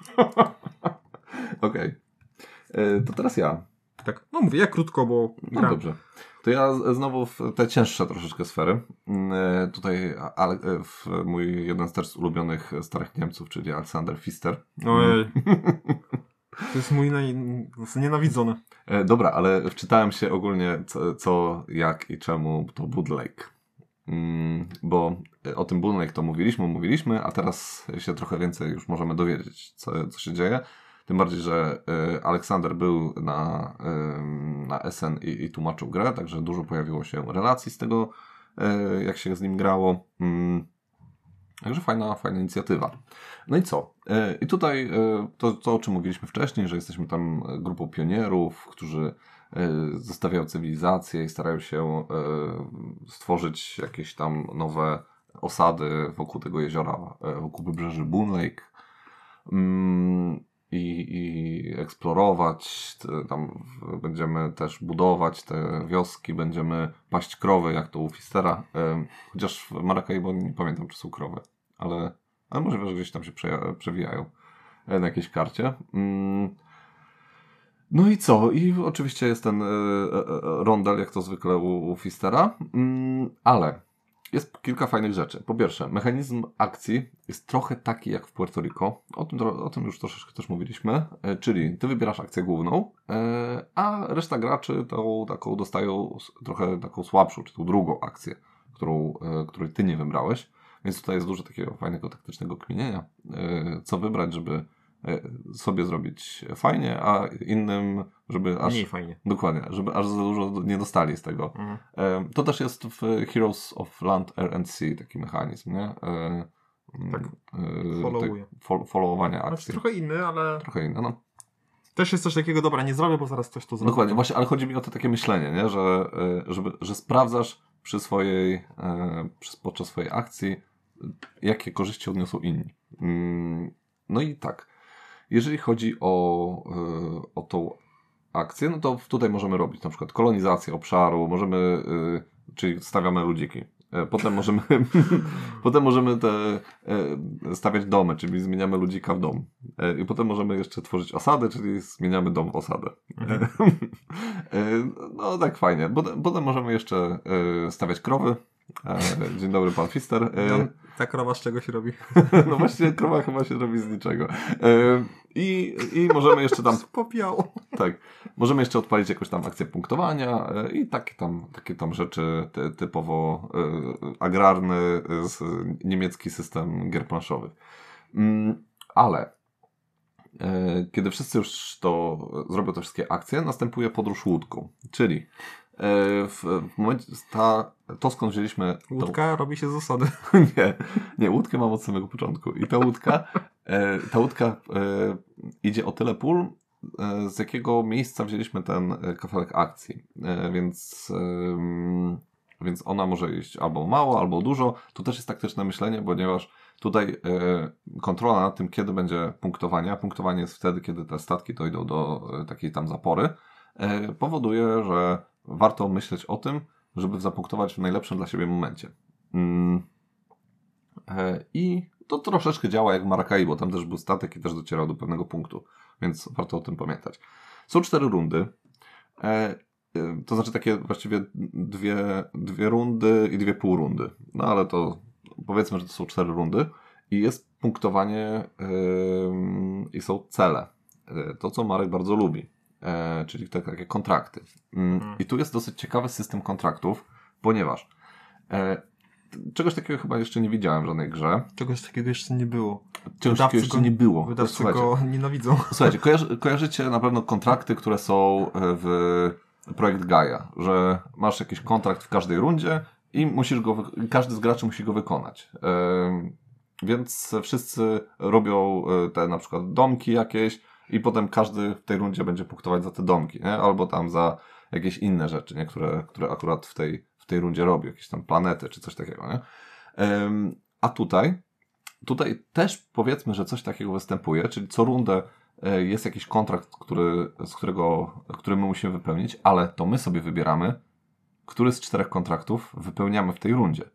Okej. Okay. To teraz ja. Tak, no mówię, ja krótko, bo no gram. Dobrze. To ja znowu w te cięższe troszeczkę sfery. Tutaj ale, w mój jeden z też z ulubionych starych Niemców, czyli Alexander Pfister. Ojej. To jest mój naj... nienawidzony. Dobra, ale wczytałem się ogólnie co, co jak i czemu to Bootleg. Bo o tym Bootleg to mówiliśmy, mówiliśmy, a teraz się trochę więcej już możemy dowiedzieć, co, co się dzieje. Tym bardziej, że y, Aleksander był na, y, na S N i, i tłumaczył grę, także dużo pojawiło się relacji z tego, y, jak się z nim grało. Mm. Także fajna, fajna inicjatywa. No i co? Y, I tutaj y, to, to, o czym mówiliśmy wcześniej, że jesteśmy tam grupą pionierów, którzy y, zostawiają cywilizację i starają się y, stworzyć jakieś tam nowe osady wokół tego jeziora, y, wokół wybrzeży Boon Lake. Mm. I, i eksplorować, tam będziemy też budować te wioski, będziemy paść krowy, jak to u Pfistera, chociaż w Maracaibo nie pamiętam, czy są krowy, ale, ale może wiesz, gdzieś tam się prze, przewijają na jakiejś karcie. No i co? I oczywiście jest ten rondel, jak to zwykle u, u Pfistera, ale jest kilka fajnych rzeczy. Po pierwsze, mechanizm akcji jest trochę taki jak w Puerto Rico. O tym, o tym już troszeczkę też mówiliśmy. E, czyli ty wybierasz akcję główną, e, a reszta graczy tą taką dostają trochę taką słabszą, czy tą drugą akcję, którą, e, której ty nie wybrałeś. Więc tutaj jest dużo takiego fajnego taktycznego kminienia. E, co wybrać, żeby sobie zrobić fajnie, a innym, żeby aż... Mniej fajnie. Dokładnie, żeby aż za dużo nie dostali z tego. Mhm. To też jest w Heroes of Land, Air and Sea taki mechanizm, nie? Tak, followuje. Tak, followowania akcji. Znaczy trochę inny, ale... Trochę inny, no. Też jest coś takiego, dobra, nie zrobię, bo zaraz ktoś to zrobi. Dokładnie, właśnie, ale chodzi mi o to takie myślenie, nie? Że, żeby, że sprawdzasz przy swojej, podczas swojej akcji, jakie korzyści odniosą inni. No i tak. Jeżeli chodzi o, yy, o tą akcję, no to tutaj możemy robić na przykład kolonizację obszaru, możemy, yy, czyli stawiamy ludziki. Yy, potem możemy potem możemy te, yy, stawiać domy, czyli zmieniamy ludzika w dom. Yy, I potem możemy jeszcze tworzyć osady, czyli zmieniamy dom w osadę. Mhm. Yy, no tak fajnie. Potem, potem możemy jeszcze yy, stawiać krowy. E, dzień dobry, pan Pfister. E, Ta krowa z czego się robi? No właśnie, krowa chyba się robi z niczego. E, i, I możemy jeszcze tam... Z popiołu. Tak. Możemy jeszcze odpalić jakąś tam akcję punktowania e, i takie tam, takie tam rzeczy ty, typowo e, agrarny, z, niemiecki system gier planszowych. Mm, ale e, kiedy wszyscy już to zrobią te wszystkie akcje, następuje podróż łódką. Czyli w, w momencie, ta, to skąd wzięliśmy... Łódka tą... robi się z zasady. nie, nie, łódkę mam od samego początku. I ta łódka, ta łódka idzie o tyle pól, z jakiego miejsca wzięliśmy ten kafelek akcji. Więc, więc ona może iść albo mało, albo dużo. Tu też jest taktyczne myślenie, ponieważ tutaj kontrola nad tym, kiedy będzie punktowanie, a punktowanie jest wtedy, kiedy te statki dojdą do takiej tam zapory, powoduje, że warto myśleć o tym, żeby zapunktować w najlepszym dla siebie momencie. I to troszeczkę działa jak w Maracaibo, tam też był statek i też docierał do pewnego punktu, więc warto o tym pamiętać. Są cztery rundy, to znaczy takie właściwie dwie, dwie rundy i dwie pół rundy, no ale to powiedzmy, że to są cztery rundy i jest punktowanie yy, i są cele. To, co Marek bardzo lubi, yy, czyli te, takie kontrakty. Yy, hmm. I tu jest dosyć ciekawy system kontraktów, ponieważ yy, czegoś takiego chyba jeszcze nie widziałem w żadnej grze. Czegoś takiego jeszcze nie było. Czegoś takiego jeszcze go, nie było. Wydawcy go nienawidzą. Słuchajcie, kojarzy, kojarzycie na pewno kontrakty, które są w Projekt Gaia, że masz jakiś kontrakt w każdej rundzie i musisz go, każdy z graczy musi go wykonać. Yy, więc wszyscy robią te na przykład domki jakieś i potem każdy w tej rundzie będzie punktować za te domki, nie? Albo tam za jakieś inne rzeczy, nie? Które, które akurat w tej, w tej rundzie robi, jakieś tam planety czy coś takiego. Nie? Yy, a tutaj, tutaj też powiedzmy, że coś takiego występuje, czyli co rundę jest jakiś kontrakt, który, z którego, który my musimy wypełnić, ale to my sobie wybieramy, który z czterech kontraktów wypełniamy w tej rundzie.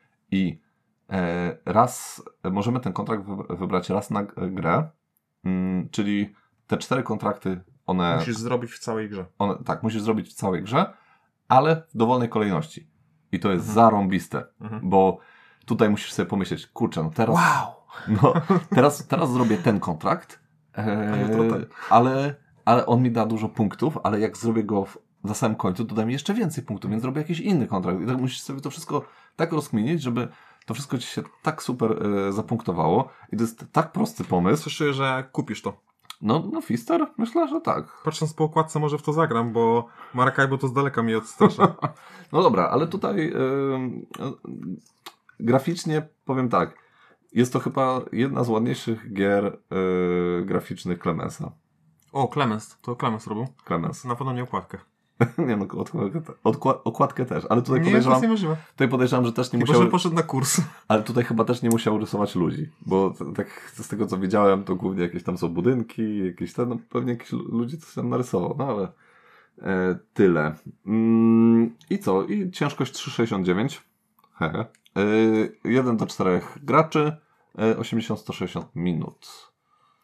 I e, raz możemy ten kontrakt wy, wybrać raz na grę, mm, czyli te cztery kontrakty, one... Musisz zrobić w całej grze. One, tak, musisz zrobić w całej grze, ale w dowolnej kolejności. I to jest mhm. zarąbiste, mhm. bo tutaj musisz sobie pomyśleć, kurczę, no teraz... Wow! No, teraz, teraz zrobię ten kontrakt, e, ale, ale on mi da dużo punktów, ale jak zrobię go w, na samym końcu, to da mi jeszcze więcej punktów, więc zrobię jakiś inny kontrakt. I tak musisz sobie to wszystko tak rozkminić, żeby to wszystko ci się tak super e, zapunktowało. I to jest tak prosty pomysł. Słyszę, że kupisz to. No, no Fister? Myślę, że tak. Patrząc po okładce, może w to zagram, bo Maracaibo to z daleka mnie odstrasza. No dobra, ale tutaj e, graficznie powiem tak. Jest to chyba jedna z ładniejszych gier yy, graficznych Clemensa. O, Clemens. To Clemens robił? Clemens. Na pewno nie okładkę. nie no, okładkę, te, odkła- okładkę też, ale tutaj nie, podejrzewam... Nie, to jest tutaj podejrzewam, że też nie Chyba, musiał... że poszedł na kurs. Ale tutaj chyba też nie musiał rysować ludzi, bo t- tak z tego co widziałem, to głównie jakieś tam są budynki, jakieś tam, no pewnie jakiś ludzi coś tam narysował, no ale e, tyle. Mm, I co? I ciężkość trzysta sześćdziesiąt dziewięć. Hehe. Yy, jeden do czterech graczy, yy, osiemdziesiąt do stu sześćdziesięciu minut.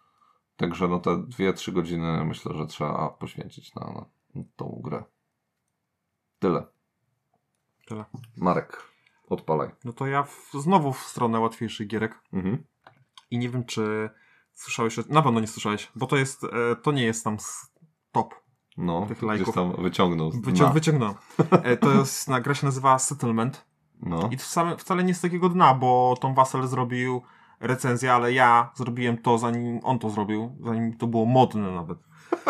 Także no te dwie trzy godziny myślę, że trzeba poświęcić na, na tą grę. Tyle. Tyle. Marek, odpalaj. No to ja w, znowu w stronę łatwiejszych gierek. Mhm. I nie wiem, czy słyszałeś, na pewno nie słyszałeś, bo to jest, e, to nie jest tam top. No, tych gdzieś lajków. tam wyciągnął. Wycią- wyciągnął. E, to jest, na, gra się nazywa Settlement. No. I to wcale, wcale nie z takiego dna, bo Tom Wassel zrobił recenzję, ale ja zrobiłem to, zanim on to zrobił, zanim to było modne nawet.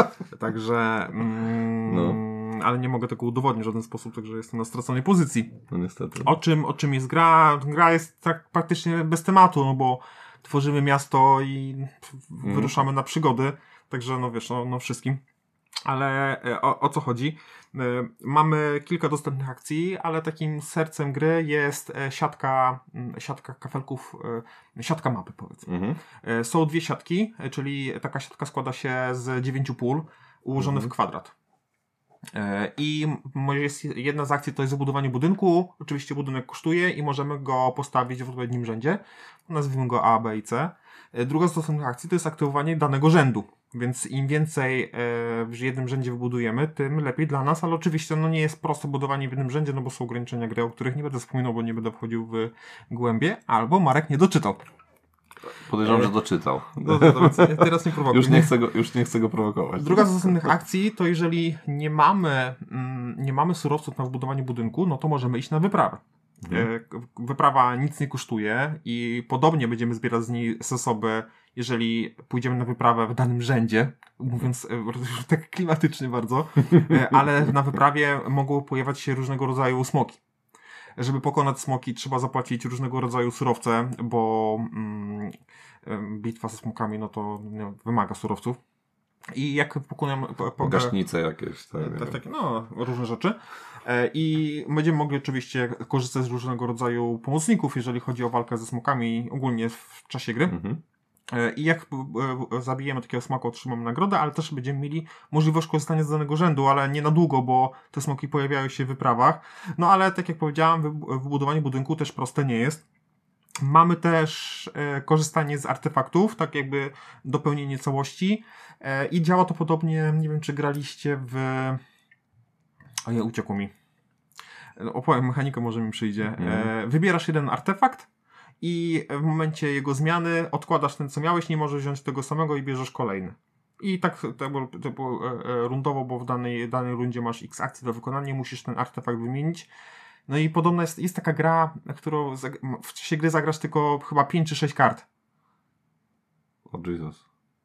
Także, mm, no. ale nie mogę tego udowodnić w żaden sposób, także jestem na straconej pozycji. No niestety. O czym, o czym jest gra? Gra jest tak praktycznie bez tematu, no bo tworzymy miasto i mm. wyruszamy na przygody, także no wiesz, no, no wszystkim. Ale o, o co chodzi? Mamy kilka dostępnych akcji, ale takim sercem gry jest siatka, siatka kafelków, siatka mapy powiedzmy. Mhm. Są dwie siatki, czyli taka siatka składa się z dziewięciu pól ułożonych mhm. w kwadrat. I jest jedna z akcji to jest zabudowanie budynku. Oczywiście budynek kosztuje i możemy go postawić w odpowiednim rzędzie. Nazwijmy go A, B i C. Druga z dostępnych akcji to jest aktywowanie danego rzędu. Więc im więcej w jednym rzędzie wybudujemy, tym lepiej dla nas, ale oczywiście no nie jest proste budowanie w jednym rzędzie, no bo są ograniczenia gry, o których nie będę wspominał, bo nie będę wchodził w głębie, albo Marek nie doczytał. Podejrzewam, e... że doczytał. No, no, no, teraz nie prowokuję. Już nie chcę go, już nie chcę go prowokować. Druga z zasadnych akcji to jeżeli nie mamy, mm, nie mamy surowców na wbudowanie budynku, no to możemy iść na wyprawę. Mhm. Wyprawa nic nie kosztuje i podobnie będziemy zbierać z niej zasoby, jeżeli pójdziemy na wyprawę w danym rzędzie, mówiąc tak klimatycznie bardzo, ale na wyprawie mogą pojawiać się różnego rodzaju smoki. Żeby pokonać smoki, trzeba zapłacić różnego rodzaju surowce, bo mm, bitwa ze smokami no to no, wymaga surowców. I jak pokonamy... Po, po, gaśnice jakieś. Tak, tak, tak, no, różne rzeczy. I będziemy mogli oczywiście korzystać z różnego rodzaju pomocników, jeżeli chodzi o walkę ze smokami ogólnie w czasie gry. Mhm. I jak zabijemy takiego smoka, otrzymamy nagrodę, ale też będziemy mieli możliwość korzystania z danego rzędu, ale nie na długo, bo te smoki pojawiają się w wyprawach. No ale tak jak powiedziałem, wybudowanie budynku też proste nie jest. Mamy też e, korzystanie z artefaktów, tak jakby dopełnienie całości e, i działa to podobnie, nie wiem czy graliście w... Ojej, uciekło mi. Opowiem mechanikę, może mi przyjdzie. E, wybierasz jeden artefakt i w momencie jego zmiany odkładasz ten, co miałeś, nie możesz wziąć tego samego i bierzesz kolejny. I tak to było, to było e, rundowo, bo w danej, danej rundzie masz x akcji do wykonania, musisz ten artefakt wymienić. No i podobna jest, jest taka gra, którą w czasie gry zagrasz tylko chyba pięć czy sześć kart. O Jesus.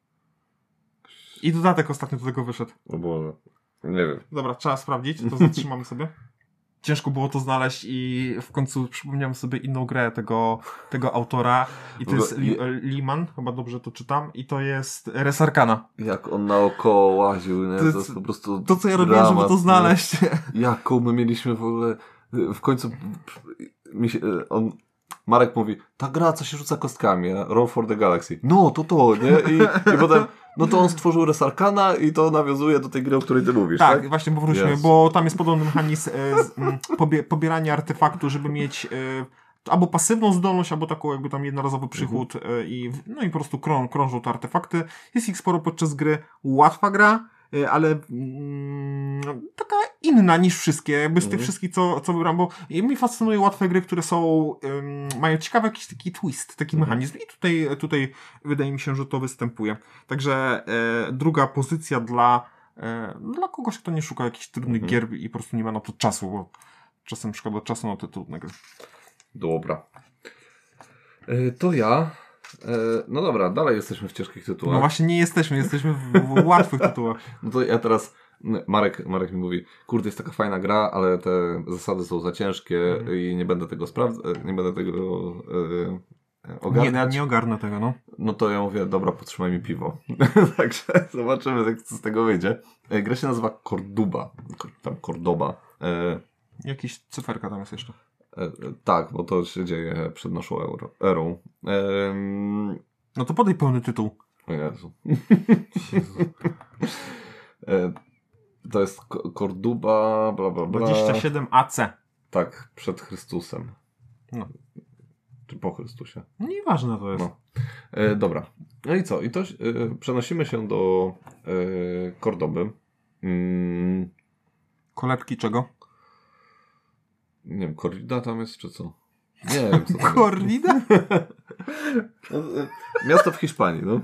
I dodatek ostatnio do tego wyszedł. O Boże. Nie wiem. Dobra, trzeba sprawdzić, to zatrzymamy sobie. Ciężko było to znaleźć i w końcu przypomniałem sobie inną grę tego, tego autora i to jest Li, Liman, chyba dobrze to czytam, i to jest Res Arcana. Jak on naokoło łaził, nie? To, to jest po prostu to co ja robiłem, żeby to znaleźć. Nie? Jaką my mieliśmy w ogóle... W końcu mi się, on, Marek mówi, ta gra, co się rzuca kostkami, a? Roll for the Galaxy. No, to to, nie? I, i potem, no to on stworzył Res Arcana i to nawiązuje do tej gry, o której ty mówisz, tak? Tak, właśnie powróćmy, yes. Bo tam jest podobny mechanizm e, z, m, pobie, pobierania artefaktu, żeby mieć e, albo pasywną zdolność, albo taką jakby tam jednorazowy przychód mhm. e, i no i po prostu krą, krążą te artefakty. Jest ich sporo podczas gry. Łatwa gra, ale mm, taka inna niż wszystkie, jakby z tych mm. wszystkich, co, co wybrałem, bo mnie fascynują łatwe gry, które są, um, mają ciekawy jakiś taki twist, taki mm. mechanizm i tutaj, tutaj wydaje mi się, że to występuje. Także e, druga pozycja dla, e, dla kogoś, kto nie szuka jakichś trudnych mm. gier i po prostu nie ma na to czasu, bo czasem szkoda czasu na te trudne gry. Dobra. E, to ja No dobra, dalej jesteśmy w ciężkich tytułach. No właśnie nie jesteśmy, jesteśmy w, w łatwych tytułach. No to ja teraz, Marek, Marek mi mówi, kurde, jest taka fajna gra, ale te zasady są za ciężkie mm. i nie będę tego sprawdzać, nie będę tego yy, ogarniać. Nie, nie ogarnę tego, no. No to ja mówię, dobra, podtrzymaj mi piwo. Także zobaczymy, co z tego wyjdzie. Gra się nazywa Corduba, tam Cordoba. Yy. Jakiś cyferka tam jest jeszcze. E, tak, bo to się dzieje przed naszą euro, erą. Ehm... No to podaj pełny tytuł. O Jezu. Jezu. e, to jest Corduba, bla bla bla. dwadzieścia siedem A C. Tak, przed Chrystusem. No. Czy po Chrystusie. Nieważne to jest. No. E, dobra. No i co? I to e, przenosimy się do e, Cordoby. Mm. Kolebki czego? Nie wiem, korrida tam jest, czy co? Nie wiem, co tam korrida? No, miasto w Hiszpanii, no.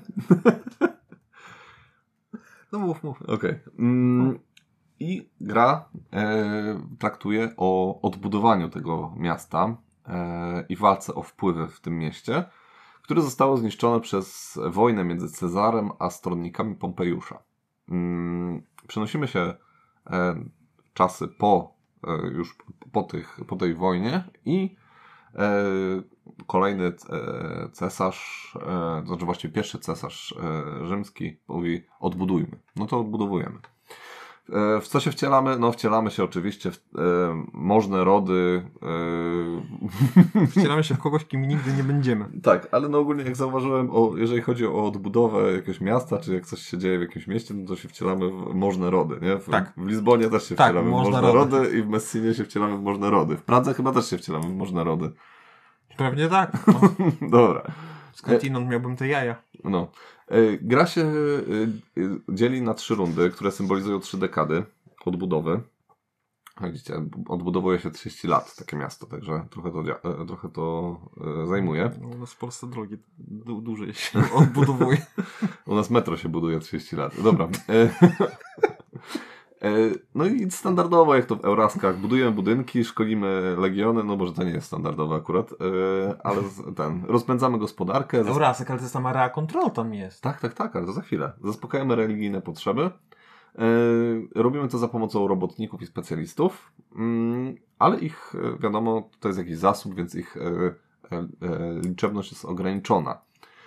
No mów, mów. Okej. Okay. Mm, I gra e, traktuje o odbudowaniu tego miasta e, i walce o wpływy w tym mieście, które zostało zniszczone przez wojnę między Cezarem a stronnikami Pompejusza. Mm, przenosimy się e, w czasy po już po, tych, po tej wojnie i e, kolejny e, cesarz, e, to znaczy właściwie pierwszy cesarz e, rzymski mówi odbudujmy. No to odbudowujemy. E, w co się wcielamy? No wcielamy się oczywiście w e, możne rody. E... Wcielamy się w kogoś, kim nigdy nie będziemy. Tak, ale no ogólnie jak zauważyłem, o, jeżeli chodzi o odbudowę jakiegoś miasta, czy jak coś się dzieje w jakimś mieście, no to się wcielamy w możne rody, nie? W, tak. w Lizbonie też się tak, wcielamy w możne rody. rody i w Messinie się wcielamy w możne rody. W Pradze chyba też się wcielamy w możne rody. Pewnie tak. No. Dobra. Skądinąd miałbym te jaja. No. Gra się dzieli na trzy rundy, które symbolizują trzy dekady odbudowy. Widzicie, odbudowuje się trzydzieści lat takie miasto, także trochę to, trochę to zajmuje. No, u nas w Polsce drogi du- dłużej się odbudowuje. U nas metro się buduje trzydzieści lat. Dobra. No i standardowo, jak to w Euraskach, budujemy budynki, szkolimy legiony, no może to nie jest standardowe akurat, ale ten, rozpędzamy gospodarkę. Eurask, ale to jest sama area control tam jest. Tak, tak, tak, ale to za chwilę. Zaspokajamy religijne potrzeby. Robimy to za pomocą robotników i specjalistów, ale ich, wiadomo, to jest jakiś zasób, więc ich liczebność jest ograniczona.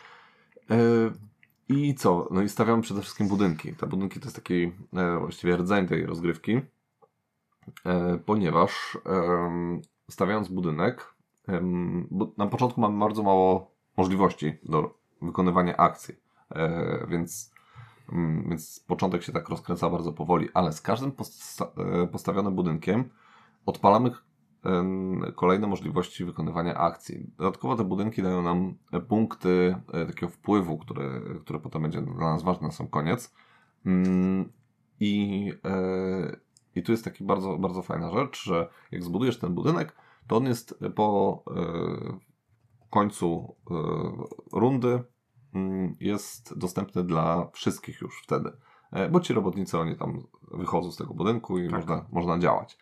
I co? No i stawiamy przede wszystkim budynki. Te budynki to jest taki e, właściwie rdzeń tej rozgrywki, e, ponieważ e, stawiając budynek, e, bo na początku mamy bardzo mało możliwości do wykonywania akcji, e, więc, m, więc początek się tak rozkręca bardzo powoli, ale z każdym posta- e, postawionym budynkiem odpalamy kolejne możliwości wykonywania akcji. Dodatkowo te budynki dają nam punkty takiego wpływu, które, które potem będzie dla nas ważne na sam koniec. I, i tu jest taka bardzo, bardzo fajna rzecz, że jak zbudujesz ten budynek, to on jest po końcu rundy jest dostępny dla wszystkich już wtedy. Bo ci robotnicy, oni tam wychodzą z tego budynku i tak. można, można działać.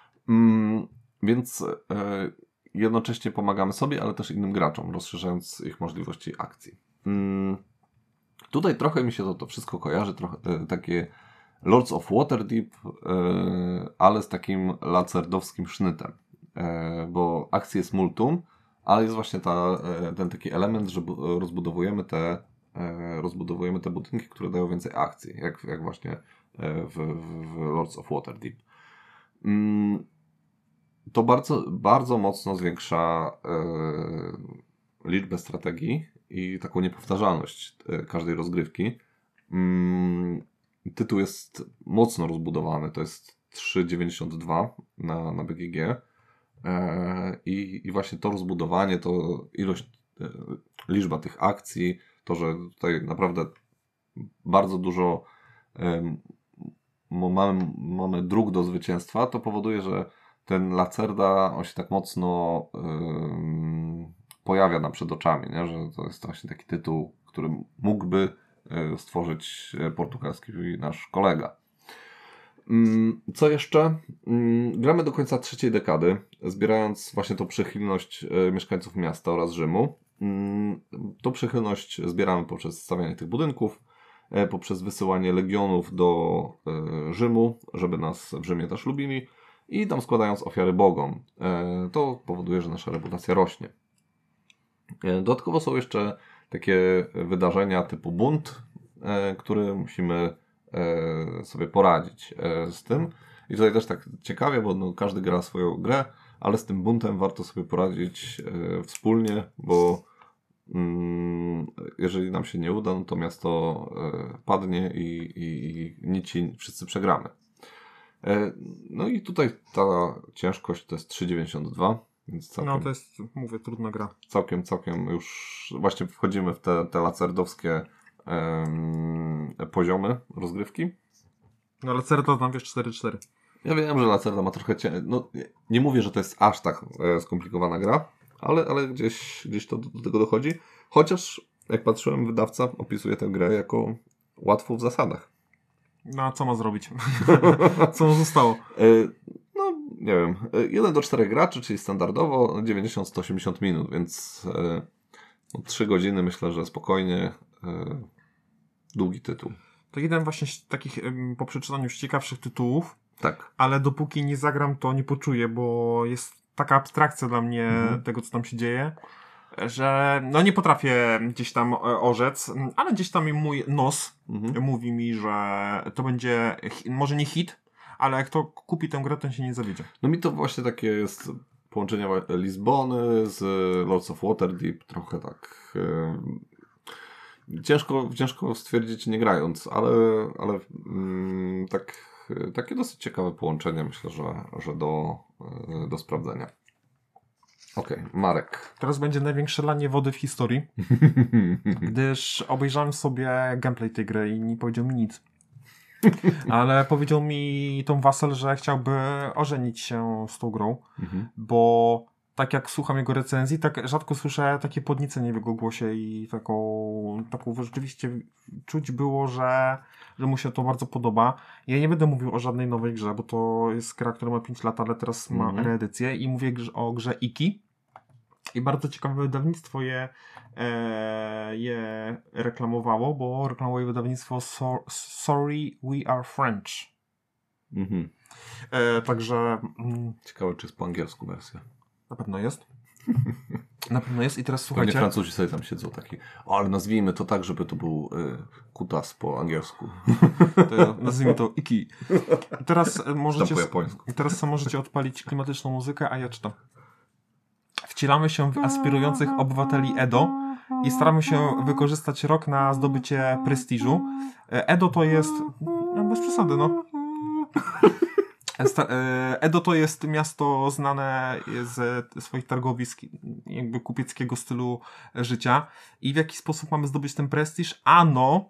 Więc e, jednocześnie pomagamy sobie, ale też innym graczom, rozszerzając ich możliwości akcji. Mm, tutaj trochę mi się to, to wszystko kojarzy, trochę e, takie Lords of Waterdeep, e, ale z takim lacerdowskim sznytem, e, bo akcji jest multum, ale jest właśnie ta, e, ten taki element, że bu- rozbudowujemy te, e, rozbudowujemy te budynki, które dają więcej akcji, jak, jak właśnie e, w, w, w Lords of Waterdeep. Mm, To bardzo, bardzo mocno zwiększa e, liczbę strategii i taką niepowtarzalność e, każdej rozgrywki. Mm, tytuł jest mocno rozbudowany, to jest trzy dziewięćdziesiąt dwa na, na B G G e, i, i właśnie to rozbudowanie, to ilość, e, liczba tych akcji, to, że tutaj naprawdę bardzo dużo e, mamy, mamy dróg do zwycięstwa, to powoduje, że ten Lacerda, on się tak mocno yy, pojawia nam przed oczami, nie? Że to jest właśnie taki tytuł, który mógłby yy, stworzyć portugalski nasz kolega. Yy, co jeszcze? Yy, gramy do końca trzeciej dekady, zbierając właśnie tą przychylność yy, mieszkańców miasta oraz Rzymu. Yy, tą przychylność zbieramy poprzez stawianie tych budynków, yy, poprzez wysyłanie legionów do yy, Rzymu, żeby nas w Rzymie też lubili. I tam składając ofiary bogom. To powoduje, że nasza reputacja rośnie. Dodatkowo są jeszcze takie wydarzenia typu bunt, które musimy sobie poradzić z tym. I tutaj też tak ciekawie, bo no każdy gra swoją grę, ale z tym buntem warto sobie poradzić wspólnie, bo jeżeli nam się nie uda, no to miasto padnie i, i, i nici wszyscy przegramy. No i tutaj ta ciężkość to jest trzy dziewięćdziesiąt dwa, więc całkiem, no to jest, mówię, trudna gra. Całkiem, całkiem już właśnie wchodzimy w te, te lacerdowskie um, poziomy rozgrywki. No Lacerda tam wiesz cztery cztery. Ja wiem, że Lacerda ma trochę cię... no nie, nie mówię, że to jest aż tak e, skomplikowana gra, ale, ale gdzieś, gdzieś to do, do tego dochodzi. Chociaż jak patrzyłem, wydawca opisuje tę grę jako łatwą w zasadach. No a co ma zrobić? Co mu zostało? No, nie wiem. jeden do czterech graczy, czyli standardowo dziewięćdziesiąt do stu osiemdziesięciu minut, więc no, trzy godziny myślę, że spokojnie długi tytuł. To jeden właśnie z takich po przeczytaniu ciekawszych tytułów, tak. Ale dopóki nie zagram, to nie poczuję, bo jest taka abstrakcja dla mnie mhm. tego, co tam się dzieje, że no nie potrafię gdzieś tam orzec, ale gdzieś tam mój nos mhm. mówi mi, że to będzie może nie hit, ale jak to kupi tę grę, to się nie zawiedzie. No mi to właśnie takie jest połączenie Lizbony z Lords of Waterdeep, trochę tak yy, ciężko, ciężko stwierdzić nie grając, ale, ale yy, tak, yy, takie dosyć ciekawe połączenie, myślę, że, że do, yy, do sprawdzenia. Okej, okay, Marek. Teraz będzie największe lanie wody w historii, gdyż obejrzałem sobie gameplay tej gry i nie powiedział mi nic. Ale powiedział mi Tom Wassel, że chciałby ożenić się z tą grą, mhm. bo tak jak słucham jego recenzji, tak rzadko słyszę takie podniecenie w jego głosie i taką, taką rzeczywiście czuć było, że, że mu się to bardzo podoba. Ja nie będę mówił o żadnej nowej grze, bo to jest gra, która ma pięć lat, ale teraz ma mm-hmm. reedycję i mówię o grze Iki. I bardzo ciekawe wydawnictwo je, e, je reklamowało, bo reklamowało wydawnictwo so, Sorry We Are French. Mm-hmm. E, także... Mm, ciekawe, czy jest po angielsku wersja. Na pewno jest. Na pewno jest i teraz słuchajcie... Pewnie Francuzi sobie tam siedzą taki, o, ale nazwijmy to tak, żeby to był y, kutas po angielsku. To nazwijmy to Iki. I teraz możecie, po japońsku. teraz możecie odpalić klimatyczną muzykę, a ja czytam. Wcielamy się w aspirujących obywateli Edo i staramy się wykorzystać rok na zdobycie prestiżu. Edo to jest... No bez przesady, no. Edo to jest miasto znane z swoich targowisk, jakby kupieckiego stylu życia. I w jaki sposób mamy zdobyć ten prestiż? Ano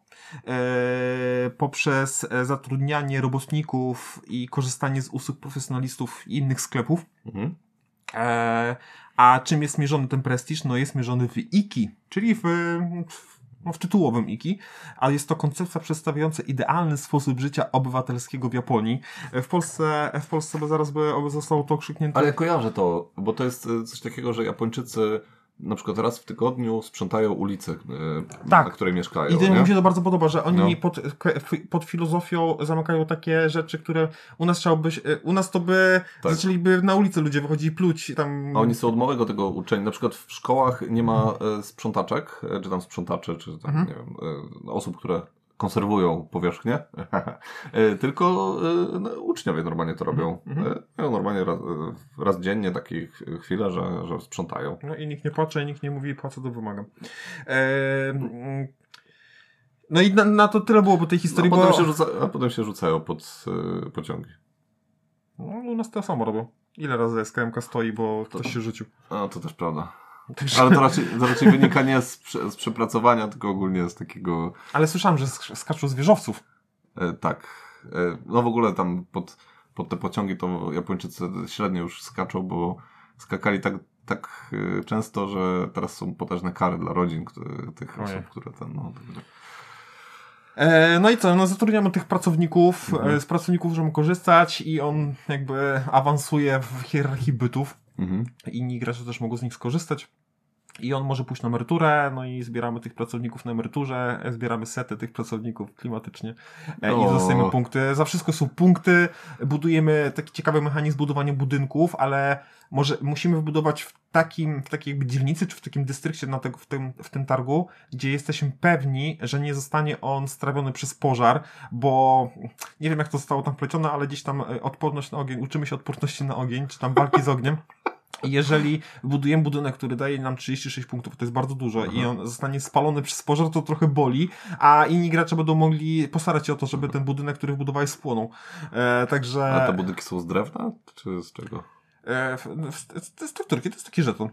e, poprzez zatrudnianie robotników i korzystanie z usług profesjonalistów i innych sklepów. Mhm. E, a czym jest mierzony ten prestiż? No jest mierzony w Iki, czyli w, w, no w tytułowym Iki, a jest to koncepcja przedstawiająca idealny sposób życia obywatelskiego w Japonii. W Polsce, w Polsce zaraz by zostało to okrzyknięte. Ale kojarzę to, bo to jest coś takiego, że Japończycy na przykład raz w tygodniu sprzątają ulicę, yy, tak. na której mieszkają. I to mi się to bardzo podoba, że oni no. pod, pod filozofią zamykają takie rzeczy, które u nas chciałoby, u nas to by tak. zaczęliby na ulicę ludzie wychodzili pluć tam. A oni są od małego tego uczeni. Na przykład w szkołach nie ma sprzątaczek, czy tam sprzątaczy, czy tam, mhm. nie wiem, osób, które konserwują powierzchnię, tylko no, uczniowie normalnie to robią. Mm-hmm. No, normalnie raz, raz dziennie takie chwile, że, że sprzątają. No i nikt nie płacze, i nikt nie mówi, po co to wymagam. Eee, no i na, na to tyle było po tej historii. No, a, bo... potem się rzuca, a potem się rzucają pod y, pociągi. No, u nas to samo robią. Ile razy S K M K stoi, bo to... ktoś się rzucił. A, to też prawda. Ale to raczej, to raczej wynika nie z, z przepracowania, tylko ogólnie z takiego... Ale słyszałem, że skaczą z wieżowców. E, tak. E, no w ogóle tam pod, pod te pociągi to Japończycy średnio już skaczą, bo skakali tak, tak często, że teraz są potężne kary dla rodzin które, tych Ojej. osób, które ten... No, tak... e, no i co? No zatrudniamy tych pracowników, mhm. z pracowników możemy korzystać i on jakby awansuje w hierarchii bytów. Mhm. Inni gracze też mogą z nich skorzystać i on może pójść na emeryturę, no i zbieramy tych pracowników na emeryturze, zbieramy sety tych pracowników klimatycznie o. i dostajemy punkty. Za wszystko są punkty, budujemy taki ciekawy mechanizm budowania budynków, ale może musimy wybudować w takim, w takiej jakby dzielnicy, czy w takim dystrykcie na tego, w, tym, w tym targu, gdzie jesteśmy pewni, że nie zostanie on strawiony przez pożar, bo nie wiem jak to zostało tam wplecione, ale gdzieś tam odporność na ogień, uczymy się odporności na ogień, czy tam walki z ogniem. Jeżeli budujemy budynek, który daje nam trzydzieści sześć punktów, to jest bardzo dużo Aha. i on zostanie spalony przez pożar, to trochę boli, a inni gracze będą mogli postarać się o to, żeby ten budynek, który wybudowałeś, spłonął. E, także... A te budynki są z drewna, czy z czego? E, w, w, to jest turki, to jest taki żeton.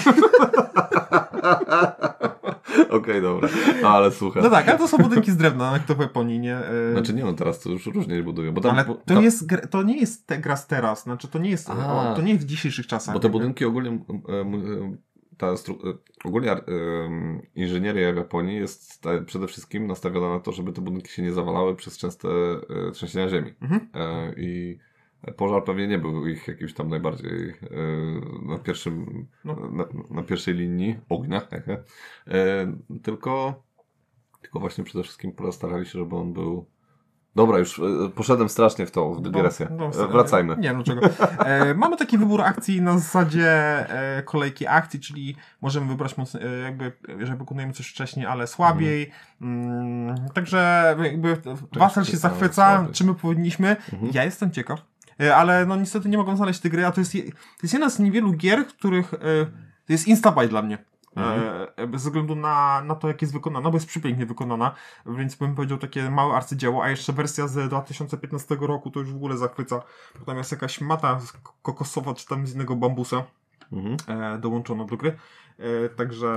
Okej, okay, dobra. Ale słuchaj. No tak, ale to są budynki z drewna, jak to w Japonii, nie? E... Znaczy nie, no teraz to już różnie budują. Bo tam, ale bo, to, tam... jest, to nie jest te gra z teraz, znaczy to nie jest, o, to nie jest w dzisiejszych czasach. Bo te budynki ogólnie, ta stru- ogólnie um, inżynieria w Japonii jest ta, przede wszystkim nastawiona na to, żeby te budynki się nie zawalały przez częste e, trzęsienia ziemi. Mhm. E, I pożar pewnie nie był ich jakimś tam najbardziej e, na pierwszym, no. na, na pierwszej linii ognia, e, tylko, tylko właśnie przede wszystkim postarali się, żeby on był... Dobra, już e, poszedłem strasznie w tą, w dygresję. No, no, Wracajmy. Nie, nie wiem dlaczego. E, mamy taki wybór akcji na zasadzie e, kolejki akcji, czyli możemy wybrać mocno, e, jakby, że wykonujemy coś wcześniej, ale słabiej. Mhm. Mm, także jakby Wasal się zachwyca, czy my powinniśmy. Mhm. Ja jestem ciekaw. Ale no niestety nie mogą znaleźć tej gry, a to jest, to jest jedna z niewielu gier, których e, to jest instabuy dla mnie. Mhm. E, bez względu na, na to, jak jest wykonana, no bo jest przepięknie wykonana, więc bym powiedział takie małe arcydzieło, a jeszcze wersja z dwa tysiące piętnastego roku to już w ogóle zachwyca. Tam jest jakaś mata kokosowa, czy tam z innego bambusa mhm. e, dołączona do gry. E, także...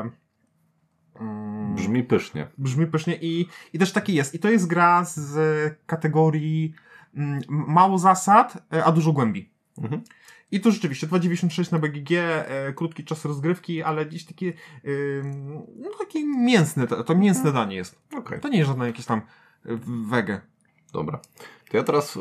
Mm, brzmi pysznie. Brzmi pysznie i, i też taki jest. I to jest gra z kategorii mało zasad, a dużo głębi. Mhm. I to rzeczywiście dwa dziewięćdziesiąt sześć na B G G, e, krótki czas rozgrywki, ale gdzieś takie, e, no takie mięsne, to, to mięsne danie jest. Okay. To nie jest żadne jakieś tam wege. Dobra. To ja teraz y,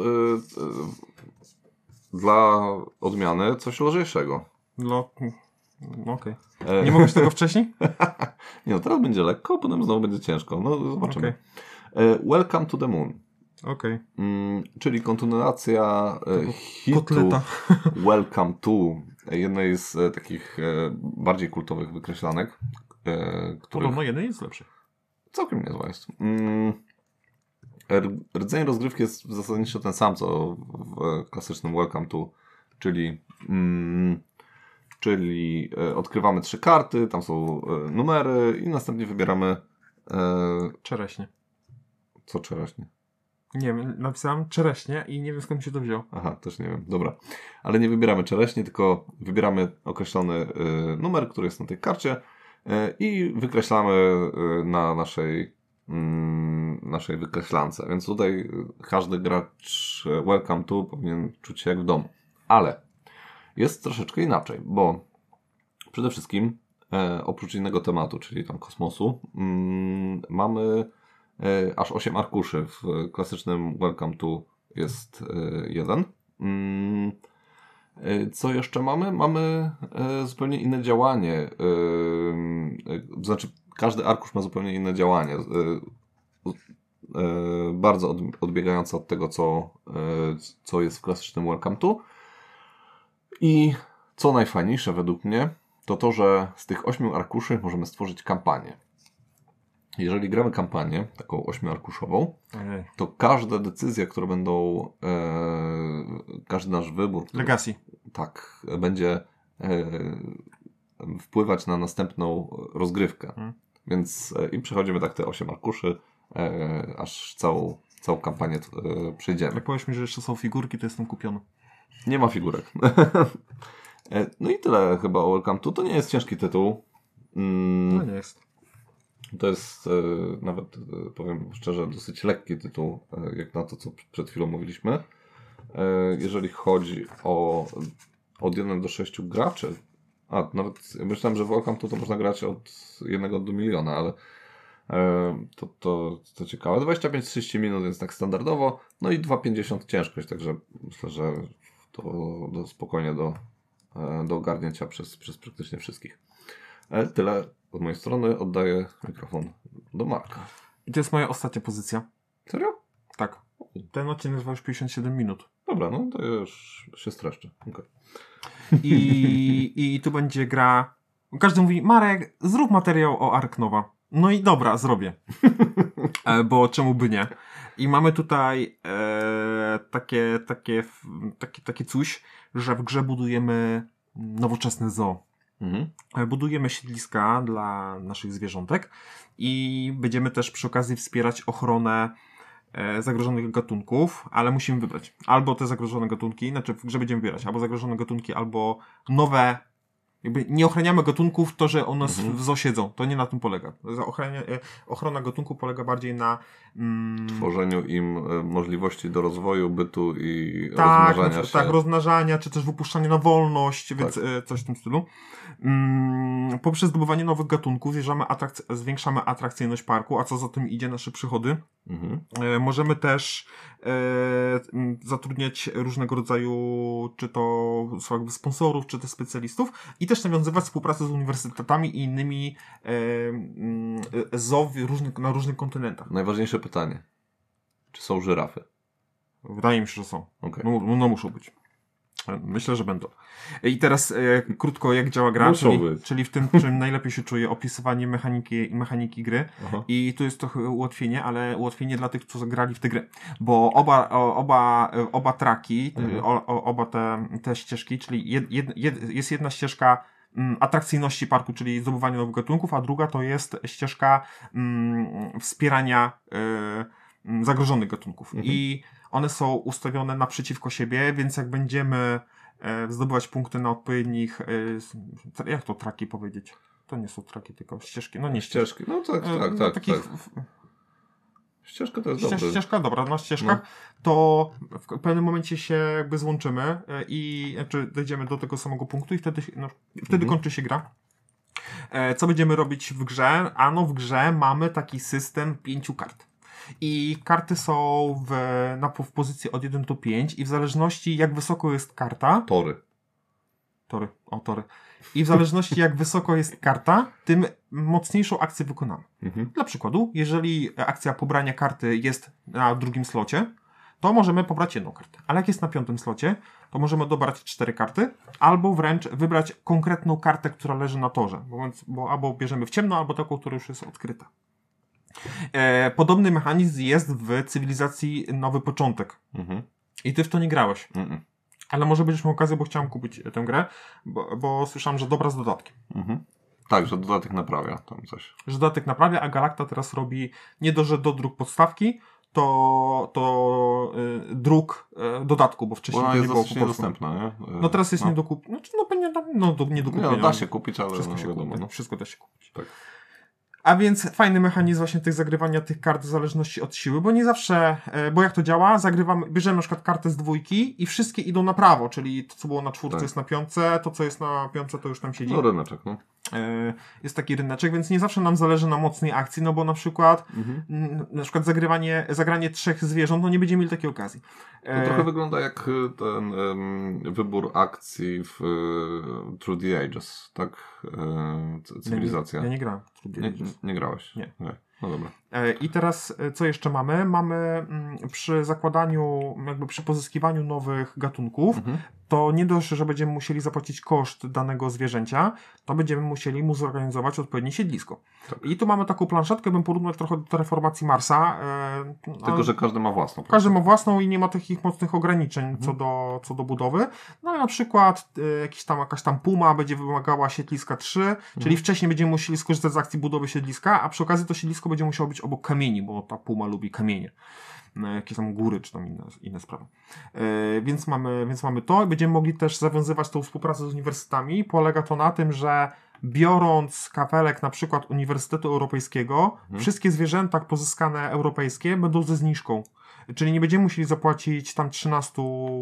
y, dla odmiany coś lżejszego. Dla... No, okej. Okay. Nie mogłeś tego wcześniej? Nie, no teraz będzie lekko, potem znowu będzie ciężko. No zobaczymy. Okay. Welcome to the Moon. Okej. Okay. Mm, czyli kontynuacja e, hitu kotleta. Welcome to, jednej z e, takich e, bardziej kultowych wykreślanek, e, których... Podobno jeden jest lepszy. Całkiem niezła jest. Mm, rdzeń rozgrywki jest zasadniczo ten sam, co w klasycznym Welcome to, czyli mm, czyli e, odkrywamy trzy karty, tam są e, numery i następnie wybieramy e, czereśnie. Co czereśnie? Nie wiem, napisałem czereśnie i nie wiem skąd się to wziął. Aha, też nie wiem. Dobra. Ale nie wybieramy czereśnie, tylko wybieramy określony y, numer, który jest na tej karcie y, i wykreślamy y, na naszej y, naszej wykreślance. Więc tutaj każdy gracz Welcome to powinien czuć się jak w domu. Ale jest troszeczkę inaczej, bo przede wszystkim y, oprócz innego tematu, czyli tam kosmosu, y, mamy E, aż osiem arkuszy. W klasycznym Welcome to jest e, jeden. Mm, e, co jeszcze mamy? Mamy e, zupełnie inne działanie. E, e, znaczy, każdy arkusz ma zupełnie inne działanie. E, e, bardzo od, odbiegające od tego, co, e, co jest w klasycznym Welcome to. I co najfajniejsze według mnie, to to, że z tych ośmiu arkuszy możemy stworzyć kampanię. Jeżeli gramy kampanię, taką ośmiarkuszową, Ojej. to każde decyzje, które będą, e, każdy nasz wybór... Który, Legacy. Tak, będzie e, wpływać na następną rozgrywkę. Hmm. Więc e, i przechodzimy tak te osiem arkuszy, e, aż całą, całą kampanię e, przejdziemy. Jak powiesz mi, że jeszcze są figurki, to jestem kupiony. Nie ma figurek. e, no i tyle chyba o Welcome to. To nie jest ciężki tytuł. Mm. No nie jest. To jest e, nawet, e, powiem szczerze, dosyć lekki tytuł, e, jak na to, co przed chwilą mówiliśmy. E, jeżeli chodzi o od jeden do sześciu graczy, a nawet ja myślałem, że w Welcome to, to można grać od jednego do miliona, ale e, to, to, to ciekawe. dwadzieścia pięć trzydzieści minut jest tak standardowo, no i dwa pięćdziesiąt ciężkość, także myślę, że to do, spokojnie do, e, do ogarnięcia przez, przez praktycznie wszystkich. E, tyle. Od mojej strony oddaję mikrofon do Marka. I to jest moja ostatnia pozycja. Serio? Tak. Ten odcinek trwa już pięćdziesiąt siedem minut. Dobra, no to już się streszczę. Okay. I, I tu będzie gra... Każdy mówi, Marek, zrób materiał o Ark Nova. No i dobra, zrobię. e, bo czemu by nie? I mamy tutaj e, takie, takie, takie, takie coś, że w grze budujemy nowoczesne zoo. Mhm. Budujemy siedliska dla naszych zwierzątek i będziemy też przy okazji wspierać ochronę e, zagrożonych gatunków, ale musimy wybrać albo te zagrożone gatunki, znaczy w grze będziemy wybierać albo zagrożone gatunki, albo nowe, jakby nie ochraniamy gatunków to, że one mhm. w zoo siedzą, to nie na tym polega. Ochrania, ochrona gatunku polega bardziej na mm, tworzeniu im możliwości do rozwoju, bytu i tak, rozmnażania się. Tak, rozmnażania, czy też wypuszczania na wolność, tak. Więc coś w tym stylu. Mm, poprzez zdobywanie nowych gatunków zwiększamy, atrak- zwiększamy atrakcyjność parku, a co za tym idzie, nasze przychody. Mhm. E, możemy też e, zatrudniać różnego rodzaju, czy to jakby sponsorów, czy też specjalistów i też nawiązywać współpracę z uniwersytetami i innymi e, zoo różnych, na różnych kontynentach. Najważniejsze pytanie. Czy są żyrafy? Wydaje mi się, że są. Okay. No, no muszą być. Myślę, że będą. I teraz e, krótko, jak działa gra, czyli, czyli w tym, czym najlepiej się czuję, opisywanie mechaniki, mechaniki gry. Aha. I tu jest trochę ułatwienie, ale ułatwienie dla tych, którzy grali w tę grę. Bo oba, oba, oba traki, mhm. o, o, oba te, te ścieżki, czyli jed, jed, jed, jest jedna ścieżka m, atrakcyjności parku, czyli zdobywania nowych gatunków, a druga to jest ścieżka m, wspierania y, zagrożonych gatunków. Mhm. I one są ustawione naprzeciwko siebie, więc jak będziemy e, zdobywać punkty na odpowiednich, e, jak to traki powiedzieć? To nie są traki, tylko ścieżki. No nie ścieżki. ścieżki. No tak, tak, e, tak. Takich, tak. Ścieżka to jest Ścież, dobre. Ścieżka, dobra, na ścieżkach, no. To w pewnym momencie się jakby złączymy i znaczy dojdziemy do tego samego punktu i wtedy, no, wtedy mhm. kończy się gra. E, co będziemy robić w grze? Ano w grze mamy taki system pięciu kart. I karty są w, na, w pozycji od jeden do pięciu i w zależności jak wysoko jest karta... Tory. Tory, o tory. I w zależności jak wysoko jest karta, tym mocniejszą akcję wykonamy. Mhm. Dla przykładu, jeżeli akcja pobrania karty jest na drugim slocie, to możemy pobrać jedną kartę. Ale jak jest na piątym slocie, to możemy dobrać cztery karty, albo wręcz wybrać konkretną kartę, która leży na torze. Bo, bo albo bierzemy w ciemno, albo taką, która już jest odkryta. E, podobny mechanizm jest w cywilizacji Nowy Początek. Mhm. I ty w to nie grałeś. Mhm. Ale może będziesz miał okazję, bo chciałem kupić tę grę, bo, bo słyszałem, że dobra z dodatkiem. Mhm. Tak, że dodatek naprawia tam coś. Że dodatek naprawia, a Galacta teraz robi nie do, że dodruk podstawki, to, to y, druk y, dodatku, bo wcześniej bo to nie było po niedostępna, nie? Y, no teraz jest no. nie do kupienia. Znaczy, no pewnie no, do, nie do kupienia. No, da się kupić, ale wszystko, no, się wiadomo, kupi, no. wszystko da się kupić. Tak. A więc fajny mechanizm właśnie tych zagrywania tych kart w zależności od siły, bo nie zawsze, bo jak to działa, zagrywamy, bierzemy na przykład kartę z dwójki i wszystkie idą na prawo, czyli to co było na czwórce tak. jest na piątce, to co jest na piątce to już tam siedzi. No ryneczek, no. Jest taki ryneczek, więc nie zawsze nam zależy na mocnej akcji, no bo na przykład mhm. na przykład zagrywanie, zagranie trzech zwierząt, no nie będziemy mieli takiej okazji. To trochę wygląda jak ten um, wybór akcji w uh, Through the Ages, tak? E, cywilizacja. Ja nie, ja nie grałem. Nie, nie grałeś? Nie. nie. No dobra. I teraz co jeszcze mamy? Mamy przy zakładaniu, jakby przy pozyskiwaniu nowych gatunków, mhm. to nie dość, że będziemy musieli zapłacić koszt danego zwierzęcia, to będziemy musieli mu zorganizować odpowiednie siedlisko. Tak. I tu mamy taką planszetkę, bym porównał trochę do Terraformacji Marsa. Tylko, ale że każdy ma własną. Każdy ma własną i nie ma takich mocnych ograniczeń mhm. co, do, co do budowy. No ale na przykład jakiś tam, jakaś tam puma będzie wymagała siedliska trzy, mhm. czyli wcześniej będziemy musieli skorzystać z akcji budowy siedliska, a przy okazji to siedlisko będzie musiało być obok kamieni, bo ta puma lubi kamienie. Jakieś tam góry, czy tam inne, inne sprawy. Yy, więc, mamy, więc mamy to. Będziemy mogli też zawiązywać tą współpracę z uniwersytetami. Polega to na tym, że biorąc kafelek na przykład Uniwersytetu Europejskiego, hmm. wszystkie zwierzęta pozyskane europejskie będą ze zniżką. Czyli nie będziemy musieli zapłacić tam trzynastu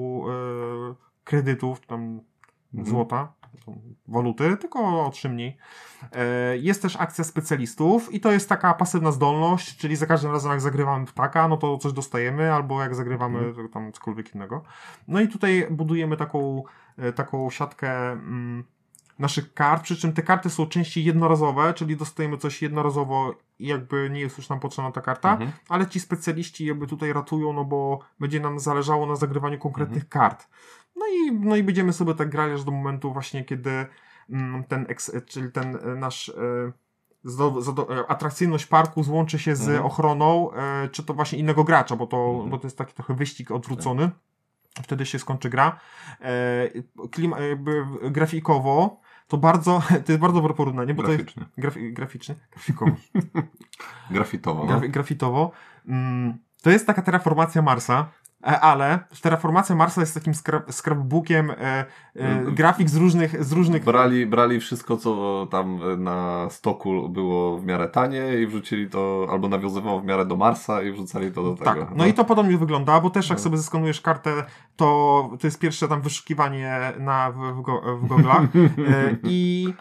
yy, kredytów, tam hmm. złota, waluty, tylko o trzy mniej. Jest też akcja specjalistów i to jest taka pasywna zdolność, czyli za każdym razem jak zagrywamy ptaka, no to coś dostajemy, albo jak zagrywamy mm. tam cokolwiek innego. No i tutaj budujemy taką, taką siatkę mm, naszych kart, przy czym te karty są częściej jednorazowe, czyli dostajemy coś jednorazowo i jakby nie jest już nam potrzebna ta karta, mm-hmm. ale ci specjaliści jakby tutaj ratują, no bo będzie nam zależało na zagrywaniu konkretnych mm-hmm. kart. No i, no i będziemy sobie tak grali aż do momentu właśnie, kiedy mm, ten, eks, czyli ten nasz e, zdo, zdo, atrakcyjność parku złączy się z mhm. ochroną, e, czy to właśnie innego gracza, bo to, mhm. bo to jest taki trochę wyścig odwrócony. Tak. Wtedy się skończy gra. E, klima, jakby grafikowo to bardzo, to jest bardzo dobre porównanie, bo graficznie. To jest grafi, graficznie, grafikowo. Grafitowo. Graf, grafitowo. Mm, to jest taka terraformacja Marsa. Ale Terraformacja Marsa jest takim scrapbookiem e, e, grafik z różnych, z różnych... Brali, brali wszystko, co tam na stoku było w miarę tanie i wrzucili to, albo nawiązywało w miarę do Marsa i wrzucali to do tego. Tak, no, no i to podobnie wygląda, bo też jak no. sobie zeskanujesz kartę, to to jest pierwsze tam wyszukiwanie na, w, w, go, w Google'ach e, i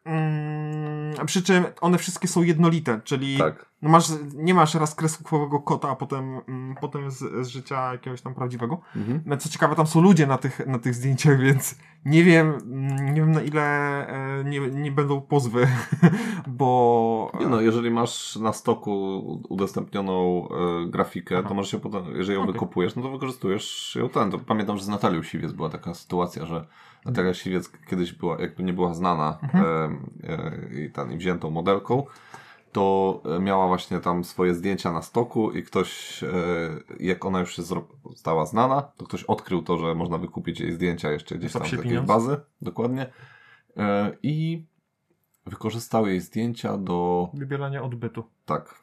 mm, przy czym one wszystkie są jednolite, czyli tak. No masz, nie masz raz kreskówkowego kota, a potem, mm, potem z, z życia jakiegoś tam prawdziwego. Mhm. No, co ciekawe, tam są ludzie na tych, na tych zdjęciach, więc nie wiem, nie wiem na ile e, nie, nie będą pozwy, bo... Nie no, jeżeli masz na stoku udostępnioną e, grafikę, Aha. to możesz się potem, jeżeli ją okay. wykupujesz, no to wykorzystujesz ją ten. To pamiętam, że z Natalią Siwiec była taka sytuacja, że Natalia Siwiec kiedyś była, jakby nie była znana mhm. e, e, i, tam, i wziętą modelką, to miała właśnie tam swoje zdjęcia na stoku i ktoś, jak ona już się stała znana, to ktoś odkrył to, że można wykupić jej zdjęcia jeszcze gdzieś tam z jakiejś bazy, dokładnie, i wykorzystał jej zdjęcia do... wybierania odbytu. Tak.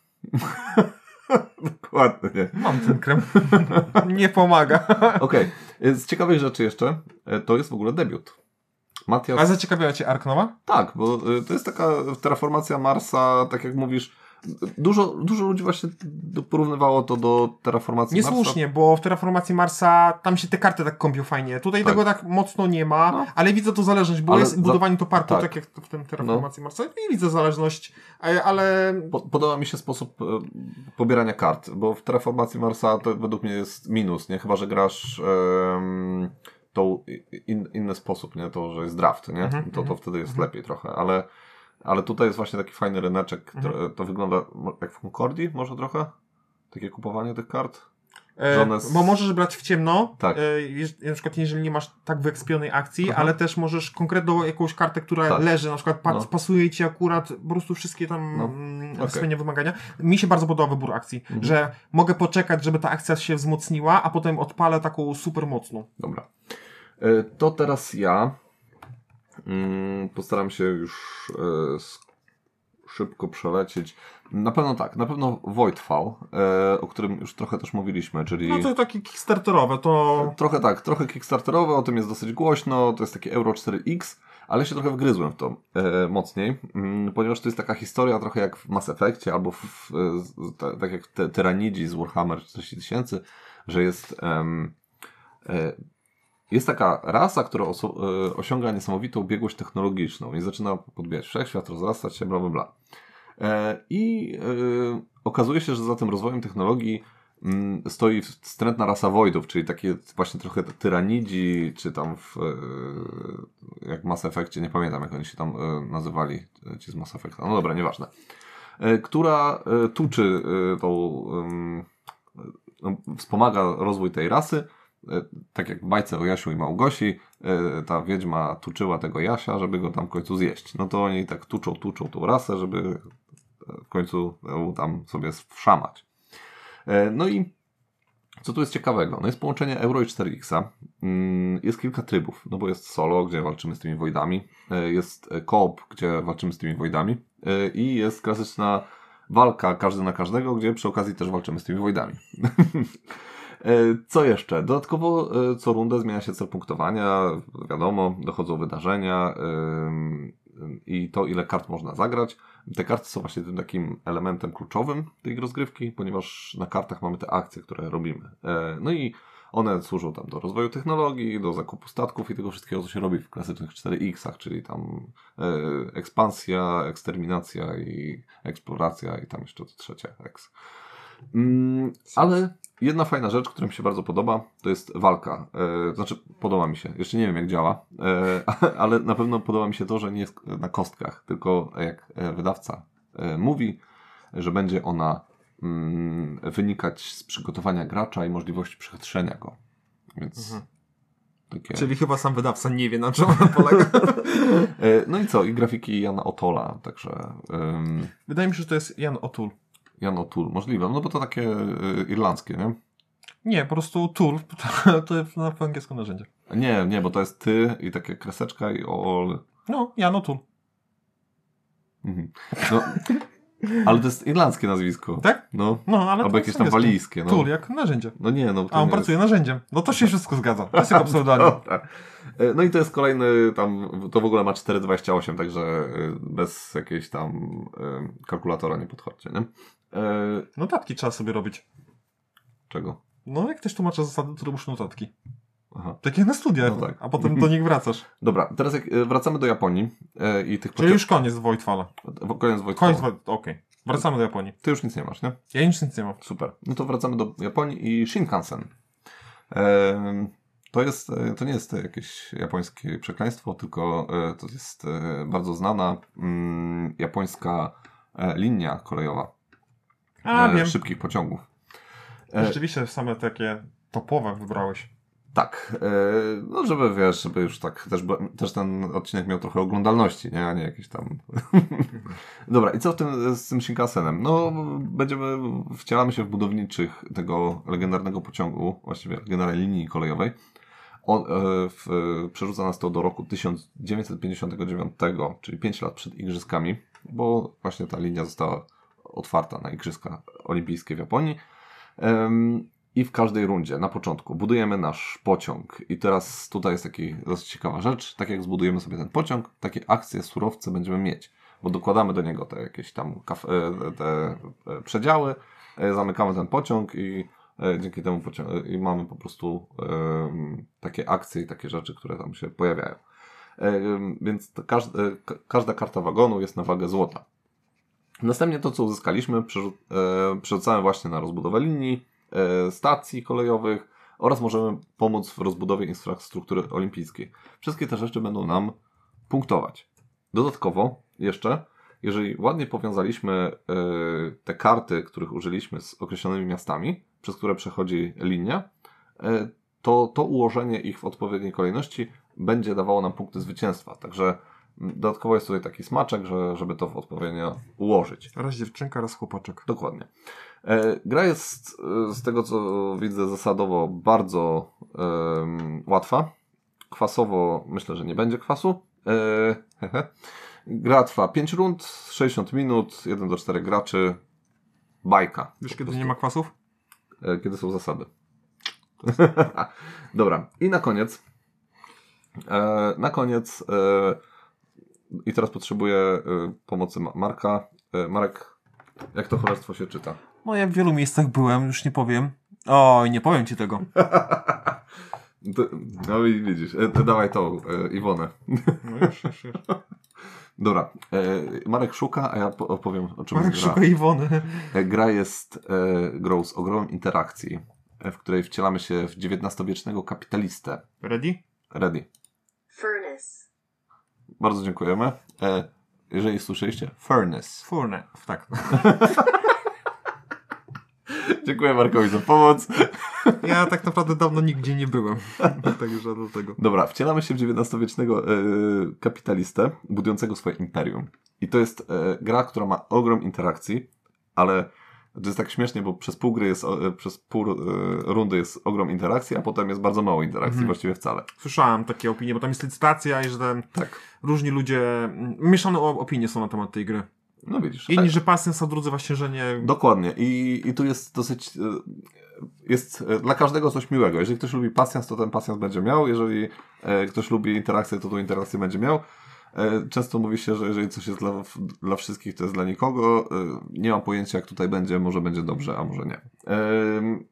Dokładnie. Mam ten krem. Nie pomaga. Okej. Okay. Z ciekawych rzeczy jeszcze, to jest w ogóle debiut. Matias... A zaciekawiała Cię Ark Nova? Tak, bo to jest taka terraformacja Marsa, tak jak mówisz, dużo, dużo ludzi właśnie porównywało to do Terraformacji Marsa. Niesłusznie, bo w Terraformacji Marsa tam się te karty tak kąpią fajnie. Tutaj tak. tego tak mocno nie ma, no. ale widzę tu zależność, bo ale jest budowanie to parku, tak. tak jak w tym Terraformacji no. Marsa. I widzę zależność, ale... Podoba mi się sposób pobierania kart, bo w Terraformacji Marsa to według mnie jest minus, nie? Chyba że grasz um, tą in, inny sposób, nie? To, że jest draft, nie? Mm-hmm, to, to wtedy jest mm-hmm. lepiej trochę, ale, ale tutaj jest właśnie taki fajny ryneczek, mm-hmm. to wygląda jak w Concordii może trochę? Takie kupowanie tych kart? E, z... Bo możesz brać w ciemno, tak. e, na przykład jeżeli nie masz tak wyekspionej akcji, Aha. ale też możesz konkretną jakąś kartę, która tak. leży, na przykład pa- no. pasuje ci akurat po prostu wszystkie tam no. mm, okay. spełnia wymagania. Mi się bardzo podoba wybór akcji, mhm. że mogę poczekać, żeby ta akcja się wzmocniła, a potem odpalę taką super mocną. Dobra. E, to teraz ja mm, postaram się już e, szybko przelecieć. Na pewno tak, na pewno Voidfall, e, o którym już trochę też mówiliśmy, czyli... No to takie kickstarterowe, to... Trochę tak, trochę kickstarterowe, o tym jest dosyć głośno, to jest takie Euro cztery X, ale się trochę wgryzłem w to e, mocniej, m, ponieważ to jest taka historia trochę jak w Mass Effectie, albo w, w, ta, tak jak te Tyranidzi z Warhammer czterdzieści tysięcy, że jest... Em, e, Jest taka rasa, która oso- osiąga niesamowitą biegłość technologiczną i zaczyna podbijać wszechświat, rozrastać się, bla, bla, bla. E, I e, okazuje się, że za tym rozwojem technologii m, stoi wstrętna rasa Voidów, czyli takie właśnie trochę tyranidzi, czy tam w, e, jak w Mass Effectie, nie pamiętam jak oni się tam e, nazywali, ci z Mass Effecta, no dobra, nieważne, e, która e, tuczy e, tą, e, no, wspomaga rozwój tej rasy. Tak jak w bajce o Jasiu i Małgosi, ta wiedźma tuczyła tego Jasia, żeby go tam w końcu zjeść. No to oni tak tuczą, tuczą tą rasę, żeby w końcu tam sobie wszamać. No i co tu jest ciekawego? No jest połączenie Euro i cztery X. Jest kilka trybów, no bo jest solo, gdzie walczymy z tymi Voidami, jest co-op, gdzie walczymy z tymi Voidami i jest klasyczna walka każdy na każdego, gdzie przy okazji też walczymy z tymi Voidami. Co jeszcze? Dodatkowo co rundę zmienia się cel punktowania, wiadomo, dochodzą wydarzenia yy, i to, ile kart można zagrać. Te karty są właśnie tym takim elementem kluczowym tej rozgrywki, ponieważ na kartach mamy te akcje, które robimy. Yy, no i one służą tam do rozwoju technologii, do zakupu statków i tego wszystkiego, co się robi w klasycznych cztery X-ach, czyli tam yy, ekspansja, eksterminacja i eksploracja i tam jeszcze to trzecie X. Mm, ale jedna fajna rzecz, która mi się bardzo podoba, to jest walka. E, znaczy, podoba mi się. Jeszcze nie wiem, jak działa, e, ale na pewno podoba mi się to, że nie jest na kostkach, tylko jak wydawca e, mówi, że będzie ona mm, wynikać z przygotowania gracza i możliwości przechytrzenia go. Więc... Mhm. Takie... Czyli chyba sam wydawca nie wie, na czym ona polega. e, no i co? I grafiki Jana O'Tola, także... Um... Wydaje mi się, że to jest Jan O'Toole. Jan O'Toole, możliwe, no bo to takie y, irlandzkie, nie? Nie, po prostu tool, to, to jest na po angielsku narzędzie. Nie, nie, bo to jest ty i takie kreseczka i ol. No, Jan O'Toole. Mhm. No, ale to jest irlandzkie nazwisko. Tak? No, no ale albo jakieś tam walijskie. No. Tool, jak narzędzie. No nie, no. A on pracuje jest... narzędziem. No to się wszystko zgadza. To jest jego pseudonim. No i to jest kolejny tam, to w ogóle ma cztery dwadzieścia osiem, także bez jakiejś tam kalkulatora nie podchodźcie, nie? Notatki trzeba sobie robić. Czego? No jak ktoś tłumacza zasady, to robisz notatki. Aha. Tak jak na studiach, no tak. A potem do nich wracasz. Dobra, teraz jak wracamy do Japonii e, i tych... Czyli pocią- już koniec Voidfalla. Koniec Voidfalla. Koniec, okej. Okay. Wracamy do Japonii. Ty już nic nie masz, nie? Ja już nic nie mam. Super. No to wracamy do Japonii i Shinkansen. E, to jest, to nie jest jakieś japońskie przekleństwo, tylko e, to jest e, bardzo znana mm, japońska e, linia kolejowa. A, e, wiem. Szybkich pociągów. E, Rzeczywiście same takie topowe wybrałeś. Tak, yy, no żeby wiesz, żeby już tak, też, też ten odcinek miał trochę oglądalności, nie, a nie jakieś tam... Dobra, i co w tym, z tym Shinkansenem? No, będziemy, wcielamy się w budowniczych tego legendarnego pociągu, właściwie legendarnej linii kolejowej. On, yy, w, przerzuca nas to do roku tysiąc dziewięćset pięćdziesiątego dziewiątego, czyli pięć lat przed Igrzyskami, bo właśnie ta linia została otwarta na Igrzyska Olimpijskie w Japonii. Yy, I w każdej rundzie, na początku, budujemy nasz pociąg. I teraz tutaj jest taka dosyć ciekawa rzecz. Tak jak zbudujemy sobie ten pociąg, takie akcje, surowce będziemy mieć. bo dokładamy do niego te jakieś tam kaf- te przedziały, zamykamy ten pociąg i dzięki temu pocią- i mamy po prostu um, takie akcje i takie rzeczy, które tam się pojawiają. Um, więc to każd- ka- każda karta wagonu jest na wagę złota. Następnie to, co uzyskaliśmy, przerzu- e, przerzucamy właśnie na rozbudowę linii, e, stacji kolejowych oraz możemy pomóc w rozbudowie infrastruktury olimpijskiej. Wszystkie te rzeczy będą nam punktować. Dodatkowo jeszcze, jeżeli ładnie powiązaliśmy e, te karty, których użyliśmy z określonymi miastami, przez które przechodzi linia, e, to to ułożenie ich w odpowiedniej kolejności będzie dawało nam punkty zwycięstwa. Także dodatkowo jest tutaj taki smaczek, że, żeby to odpowiednio ułożyć. Raz dziewczynka, raz chłopaczek. Dokładnie. E, gra jest e, z tego, co widzę, zasadowo bardzo e, łatwa. Kwasowo myślę, że nie będzie kwasu. E, hehe. Gra trwa pięć rund, sześćdziesiąt minut, jeden do czterech graczy. Bajka. Wiesz, kiedy nie ma kwasów? E, kiedy są zasady. Dobra. I na koniec e, na koniec e, i teraz potrzebuję e, pomocy Marka. E, Marek, jak to cholerstwo się czyta? No ja w wielu miejscach byłem, już nie powiem. Oj, nie powiem ci tego. To, no i widzisz, e, dawaj tą e, Iwonę. No już, już, już. Dobra, e, Marek szuka, a ja po- opowiem, o czym Marek jest gra. szuka Iwony. E, gra jest e, grą z ogromem interakcji, e, w której wcielamy się w dziewiętnastowiecznego kapitalistę. Ready? Ready. Furnace. Bardzo dziękujemy. E, jeżeli słyszeliście, Furnace. Furne. Tak. Dziękuję Markowi za pomoc. Ja tak naprawdę dawno nigdzie nie byłem. Także do tego. Dobra, wcielamy się w dziewiętnastowiecznego e, kapitalistę budującego swoje imperium. I to jest e, gra, która ma ogrom interakcji, ale to jest tak śmiesznie, bo przez pół gry jest, e, przez pół e, rundy jest ogrom interakcji, a potem jest bardzo mało interakcji, Mhm. właściwie wcale. Słyszałem takie opinie, bo tam jest licytacja i że tam Tak. różni ludzie, mieszane o- opinie są na temat tej gry. No widzisz. Inni, tak. że pasjans, a drudzy właśnie, że nie... Dokładnie. I, I tu jest dosyć... e, Jest e, dla każdego coś miłego. Jeżeli ktoś lubi pasjans, to ten pasjans będzie miał. Jeżeli e, ktoś lubi interakcję, to tą interakcję będzie miał. E, Często mówi się, że jeżeli coś jest dla, dla wszystkich, to jest dla nikogo. E, Nie mam pojęcia, jak tutaj będzie. Może będzie dobrze, a może nie. Em,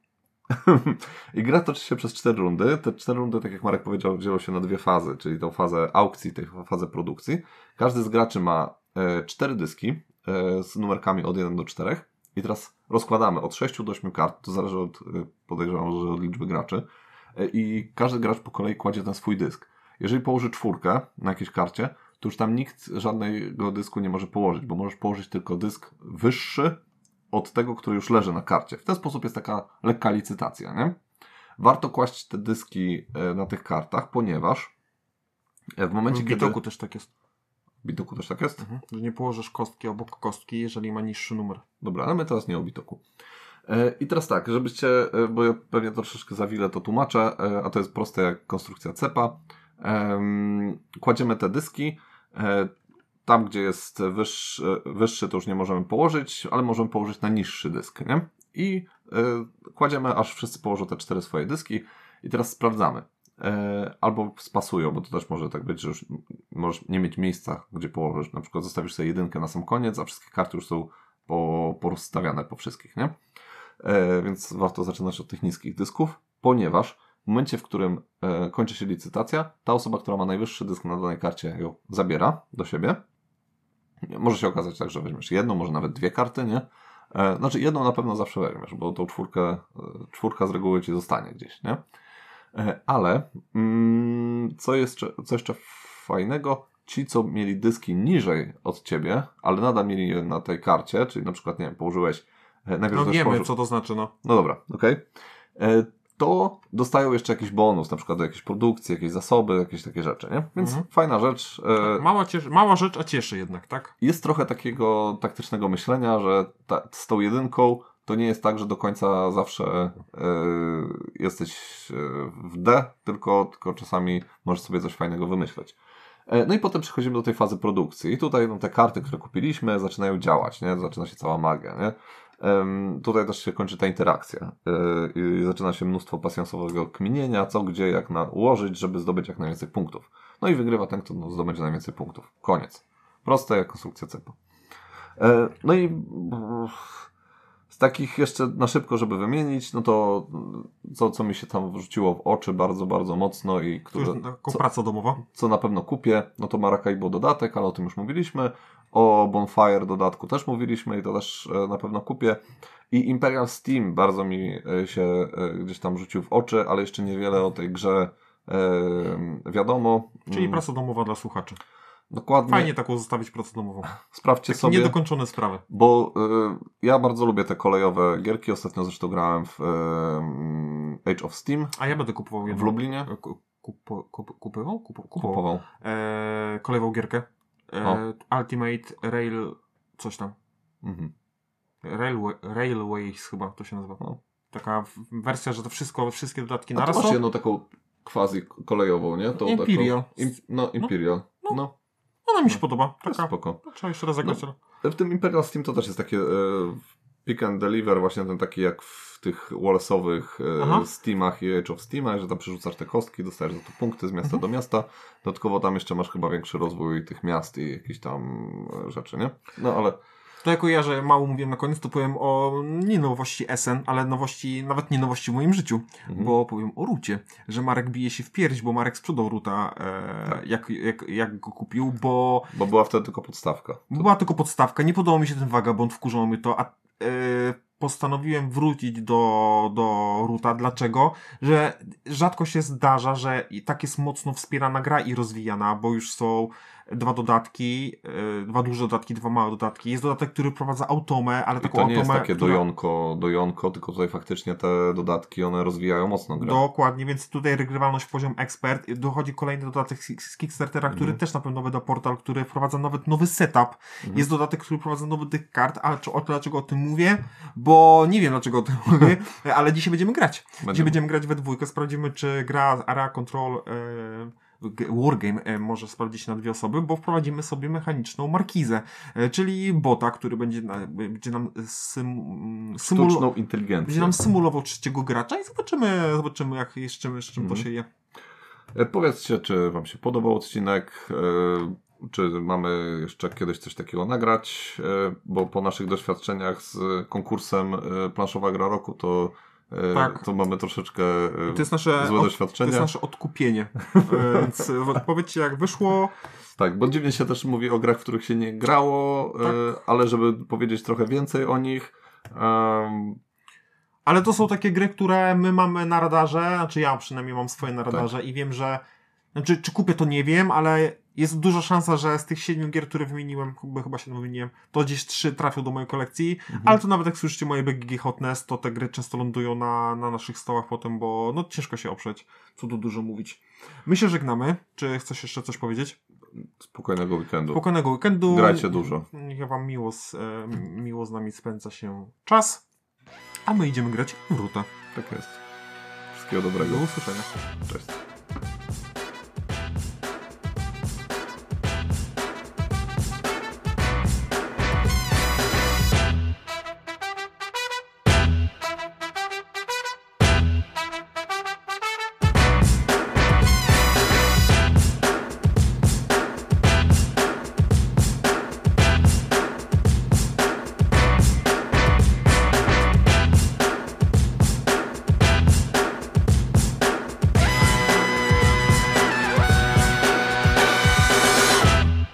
I gra toczy się przez cztery rundy. Te cztery rundy, tak jak Marek powiedział, dzielą się na dwie fazy, czyli tą fazę aukcji, tę fazę produkcji. Każdy z graczy ma e, cztery dyski e, z numerkami od jeden do czterech. I teraz rozkładamy od sześciu do ośmiu kart, to zależy od, e, podejrzewam, że od liczby graczy. E, I każdy gracz po kolei kładzie ten swój dysk. Jeżeli położy czwórkę na jakiejś karcie, to już tam nikt żadnego dysku nie może położyć, bo możesz położyć tylko dysk wyższy od tego, który już leży na karcie. W ten sposób jest taka lekka licytacja, nie? Warto kłaść te dyski e, na tych kartach, ponieważ e, w momencie, W kiedy... Bitoku też tak jest. W Bitoku też tak jest? Mhm. Że nie położysz kostki obok kostki, jeżeli ma niższy numer. Dobra, ale my teraz nie o Bitoku. E, I teraz tak, żebyście, e, bo ja pewnie troszeczkę za wiele to tłumaczę, e, a to jest proste jak konstrukcja cepa. Em, Kładziemy te dyski. E, Tam, gdzie jest wyższy, wyższy, to już nie możemy położyć, ale możemy położyć na niższy dysk, nie? I y, kładziemy, aż wszyscy położą te cztery swoje dyski i teraz sprawdzamy. E, albo spasują, bo to też może tak być, że już możesz nie mieć miejsca, gdzie położysz. Na przykład zostawisz sobie jedynkę na sam koniec, a wszystkie karty już są po, porozstawiane po wszystkich, nie? E, więc warto zaczynać od tych niskich dysków, ponieważ w momencie, w którym e, kończy się licytacja, ta osoba, która ma najwyższy dysk na danej karcie, ją zabiera do siebie. Może się okazać tak, że weźmiesz jedną, może nawet dwie karty, nie? E, znaczy jedną na pewno zawsze weźmiesz, bo tą czwórkę, e, czwórka z reguły ci zostanie gdzieś, nie? E, ale mm, co, jeszcze, co jeszcze fajnego, ci, co mieli dyski niżej od ciebie, ale nadal mieli je na tej karcie, czyli na przykład, nie wiem, położyłeś... E, najpierw No wiemy, położył... co to znaczy, no. No dobra, okej. Okay. To dostają jeszcze jakiś bonus, na przykład do jakiejś produkcji, jakieś zasoby, jakieś takie rzeczy, nie? Więc Mhm. fajna rzecz. E, Mała, cieszy, mała rzecz, a cieszy jednak, tak? Jest trochę takiego taktycznego myślenia, że ta, z tą jedynką to nie jest tak, że do końca zawsze e, jesteś w D, tylko, tylko czasami możesz sobie coś fajnego wymyśleć. E, no i potem przechodzimy do tej fazy produkcji. I tutaj no, te karty, które kupiliśmy, zaczynają działać, nie? Zaczyna się cała magia, nie? Um, tutaj też się kończy ta interakcja yy, i zaczyna się mnóstwo pasjansowego kminienia, co, gdzie, jak na, ułożyć, żeby zdobyć jak najwięcej punktów. No i wygrywa ten, kto no, zdobędzie najwięcej punktów. Koniec. Proste jak konstrukcja cepa. E, no i z takich jeszcze na szybko, żeby wymienić, no to co, co mi się tam wrzuciło w oczy bardzo, bardzo mocno i które, Jako praca domowa. Co na pewno kupię, no to Maracaibo dodatek, ale o tym już mówiliśmy. O Bonfire dodatku też mówiliśmy i to też na pewno kupię. I Imperial Steam bardzo mi się gdzieś tam rzucił w oczy, ale jeszcze niewiele o tej grze wiadomo. Czyli praca domowa dla słuchaczy. Dokładnie. Fajnie taką zostawić pracę domową. Sprawdźcie Takie sobie. niedokończone sprawy. Bo y, ja bardzo lubię te kolejowe gierki. Ostatnio zresztą grałem w y, Age of Steam. A ja będę kupował jedną. W Lublinie. Kupo, kup, kupywał? Kup, kupował. Kupował. E, kolejową gierkę. E, Ultimate Rail... coś tam. Mhm. Railway, Railways chyba to się nazywa. No. Taka wersja, że to wszystko, wszystkie dodatki naraz są. A naraz to masz jedną taką quasi kolejową, nie? Tą Imperial. Taką, im, no, Imperial. No. no. no. Ona mi się no. podoba. Taka, spoko. Trzeba jeszcze raz zagrać. No, w tym Imperial Steam to też jest takie e, pick and deliver, właśnie ten taki jak w tych Wallace'owych e, Steamach i Age of Steamach, że tam przerzucasz te kostki, dostajesz za to punkty z miasta mhm. do miasta. Dodatkowo tam jeszcze masz chyba większy rozwój tych miast i jakieś tam rzeczy, nie? No ale... To jako ja, że mało mówiłem na koniec, to powiem o nie nowości S N, ale nowości, nawet nie nowości w moim życiu, mhm. bo powiem o Rucie, że Marek bije się w pierś, bo Marek sprzedał Ruta, e, tak. jak, jak, jak go kupił, bo... Bo była wtedy tylko podstawka. To... Była tylko podstawka, nie podobał mi się ten wagabond, wkurzało mnie to, a e, postanowiłem wrócić do, do Ruta. Dlaczego? Że rzadko się zdarza, że tak jest mocno wspierana gra i rozwijana, bo już są dwa dodatki, yy, dwa duże dodatki, dwa małe dodatki. Jest dodatek, który wprowadza automę, ale I taką to nie automę, jest takie która... dojonko, dojonko, tylko tutaj faktycznie te dodatki, one rozwijają mocno grę. Dokładnie, więc tutaj regrywalność poziom ekspert. Dochodzi kolejny dodatek z Kickstartera, który mm. też na pewno wyda portal, który wprowadza nawet nowy setup. Mm. Jest dodatek, który wprowadza nowy tych kart, ale o, dlaczego o tym mówię? Bo nie wiem, dlaczego o tym mówię, ale dzisiaj będziemy grać. Będziemy. Dzisiaj będziemy grać we dwójkę, sprawdzimy, czy gra Area Control... Yy... Wargame e, może sprawdzić na dwie osoby, bo wprowadzimy sobie mechaniczną markizę, e, czyli bota, który będzie, na, będzie nam sym, symul... sztuczną inteligencję. Będzie nam symulował trzeciego gracza i zobaczymy, zobaczymy jak, z czym, z czym mhm. to się je. E, powiedzcie, czy wam się podobał odcinek, e, czy mamy jeszcze kiedyś coś takiego nagrać, e, bo po naszych doświadczeniach z konkursem e, Planszowa Gra Roku to tak. To mamy troszeczkę to jest nasze złe od, doświadczenie. To jest nasze odkupienie. Więc powiedzcie, jak wyszło. Tak, bo dziwnie się też mówi o grach, w których się nie grało, tak. ale żeby powiedzieć trochę więcej o nich. Um... Ale to są takie gry, które my mamy na radarze, znaczy ja przynajmniej mam swoje na radarze tak. i wiem, że znaczy, czy kupię, to nie wiem, ale jest duża szansa, że z tych siedmiu gier, które wymieniłem, chyba, chyba siedem wymieniłem, to gdzieś trzy trafią do mojej kolekcji, mhm. ale to nawet jak słyszycie moje B G G Hotness, to te gry często lądują na, na naszych stołach potem, bo no ciężko się oprzeć, co tu dużo mówić. My się żegnamy. Czy chcesz jeszcze coś powiedzieć? Spokojnego weekendu. Spokojnego weekendu. Grajcie dużo. Niech wam miło z, e, miło z nami spędza się czas, a my idziemy grać w Ruta. Tak jest. Wszystkiego dobrego. Do usłyszenia. Cześć.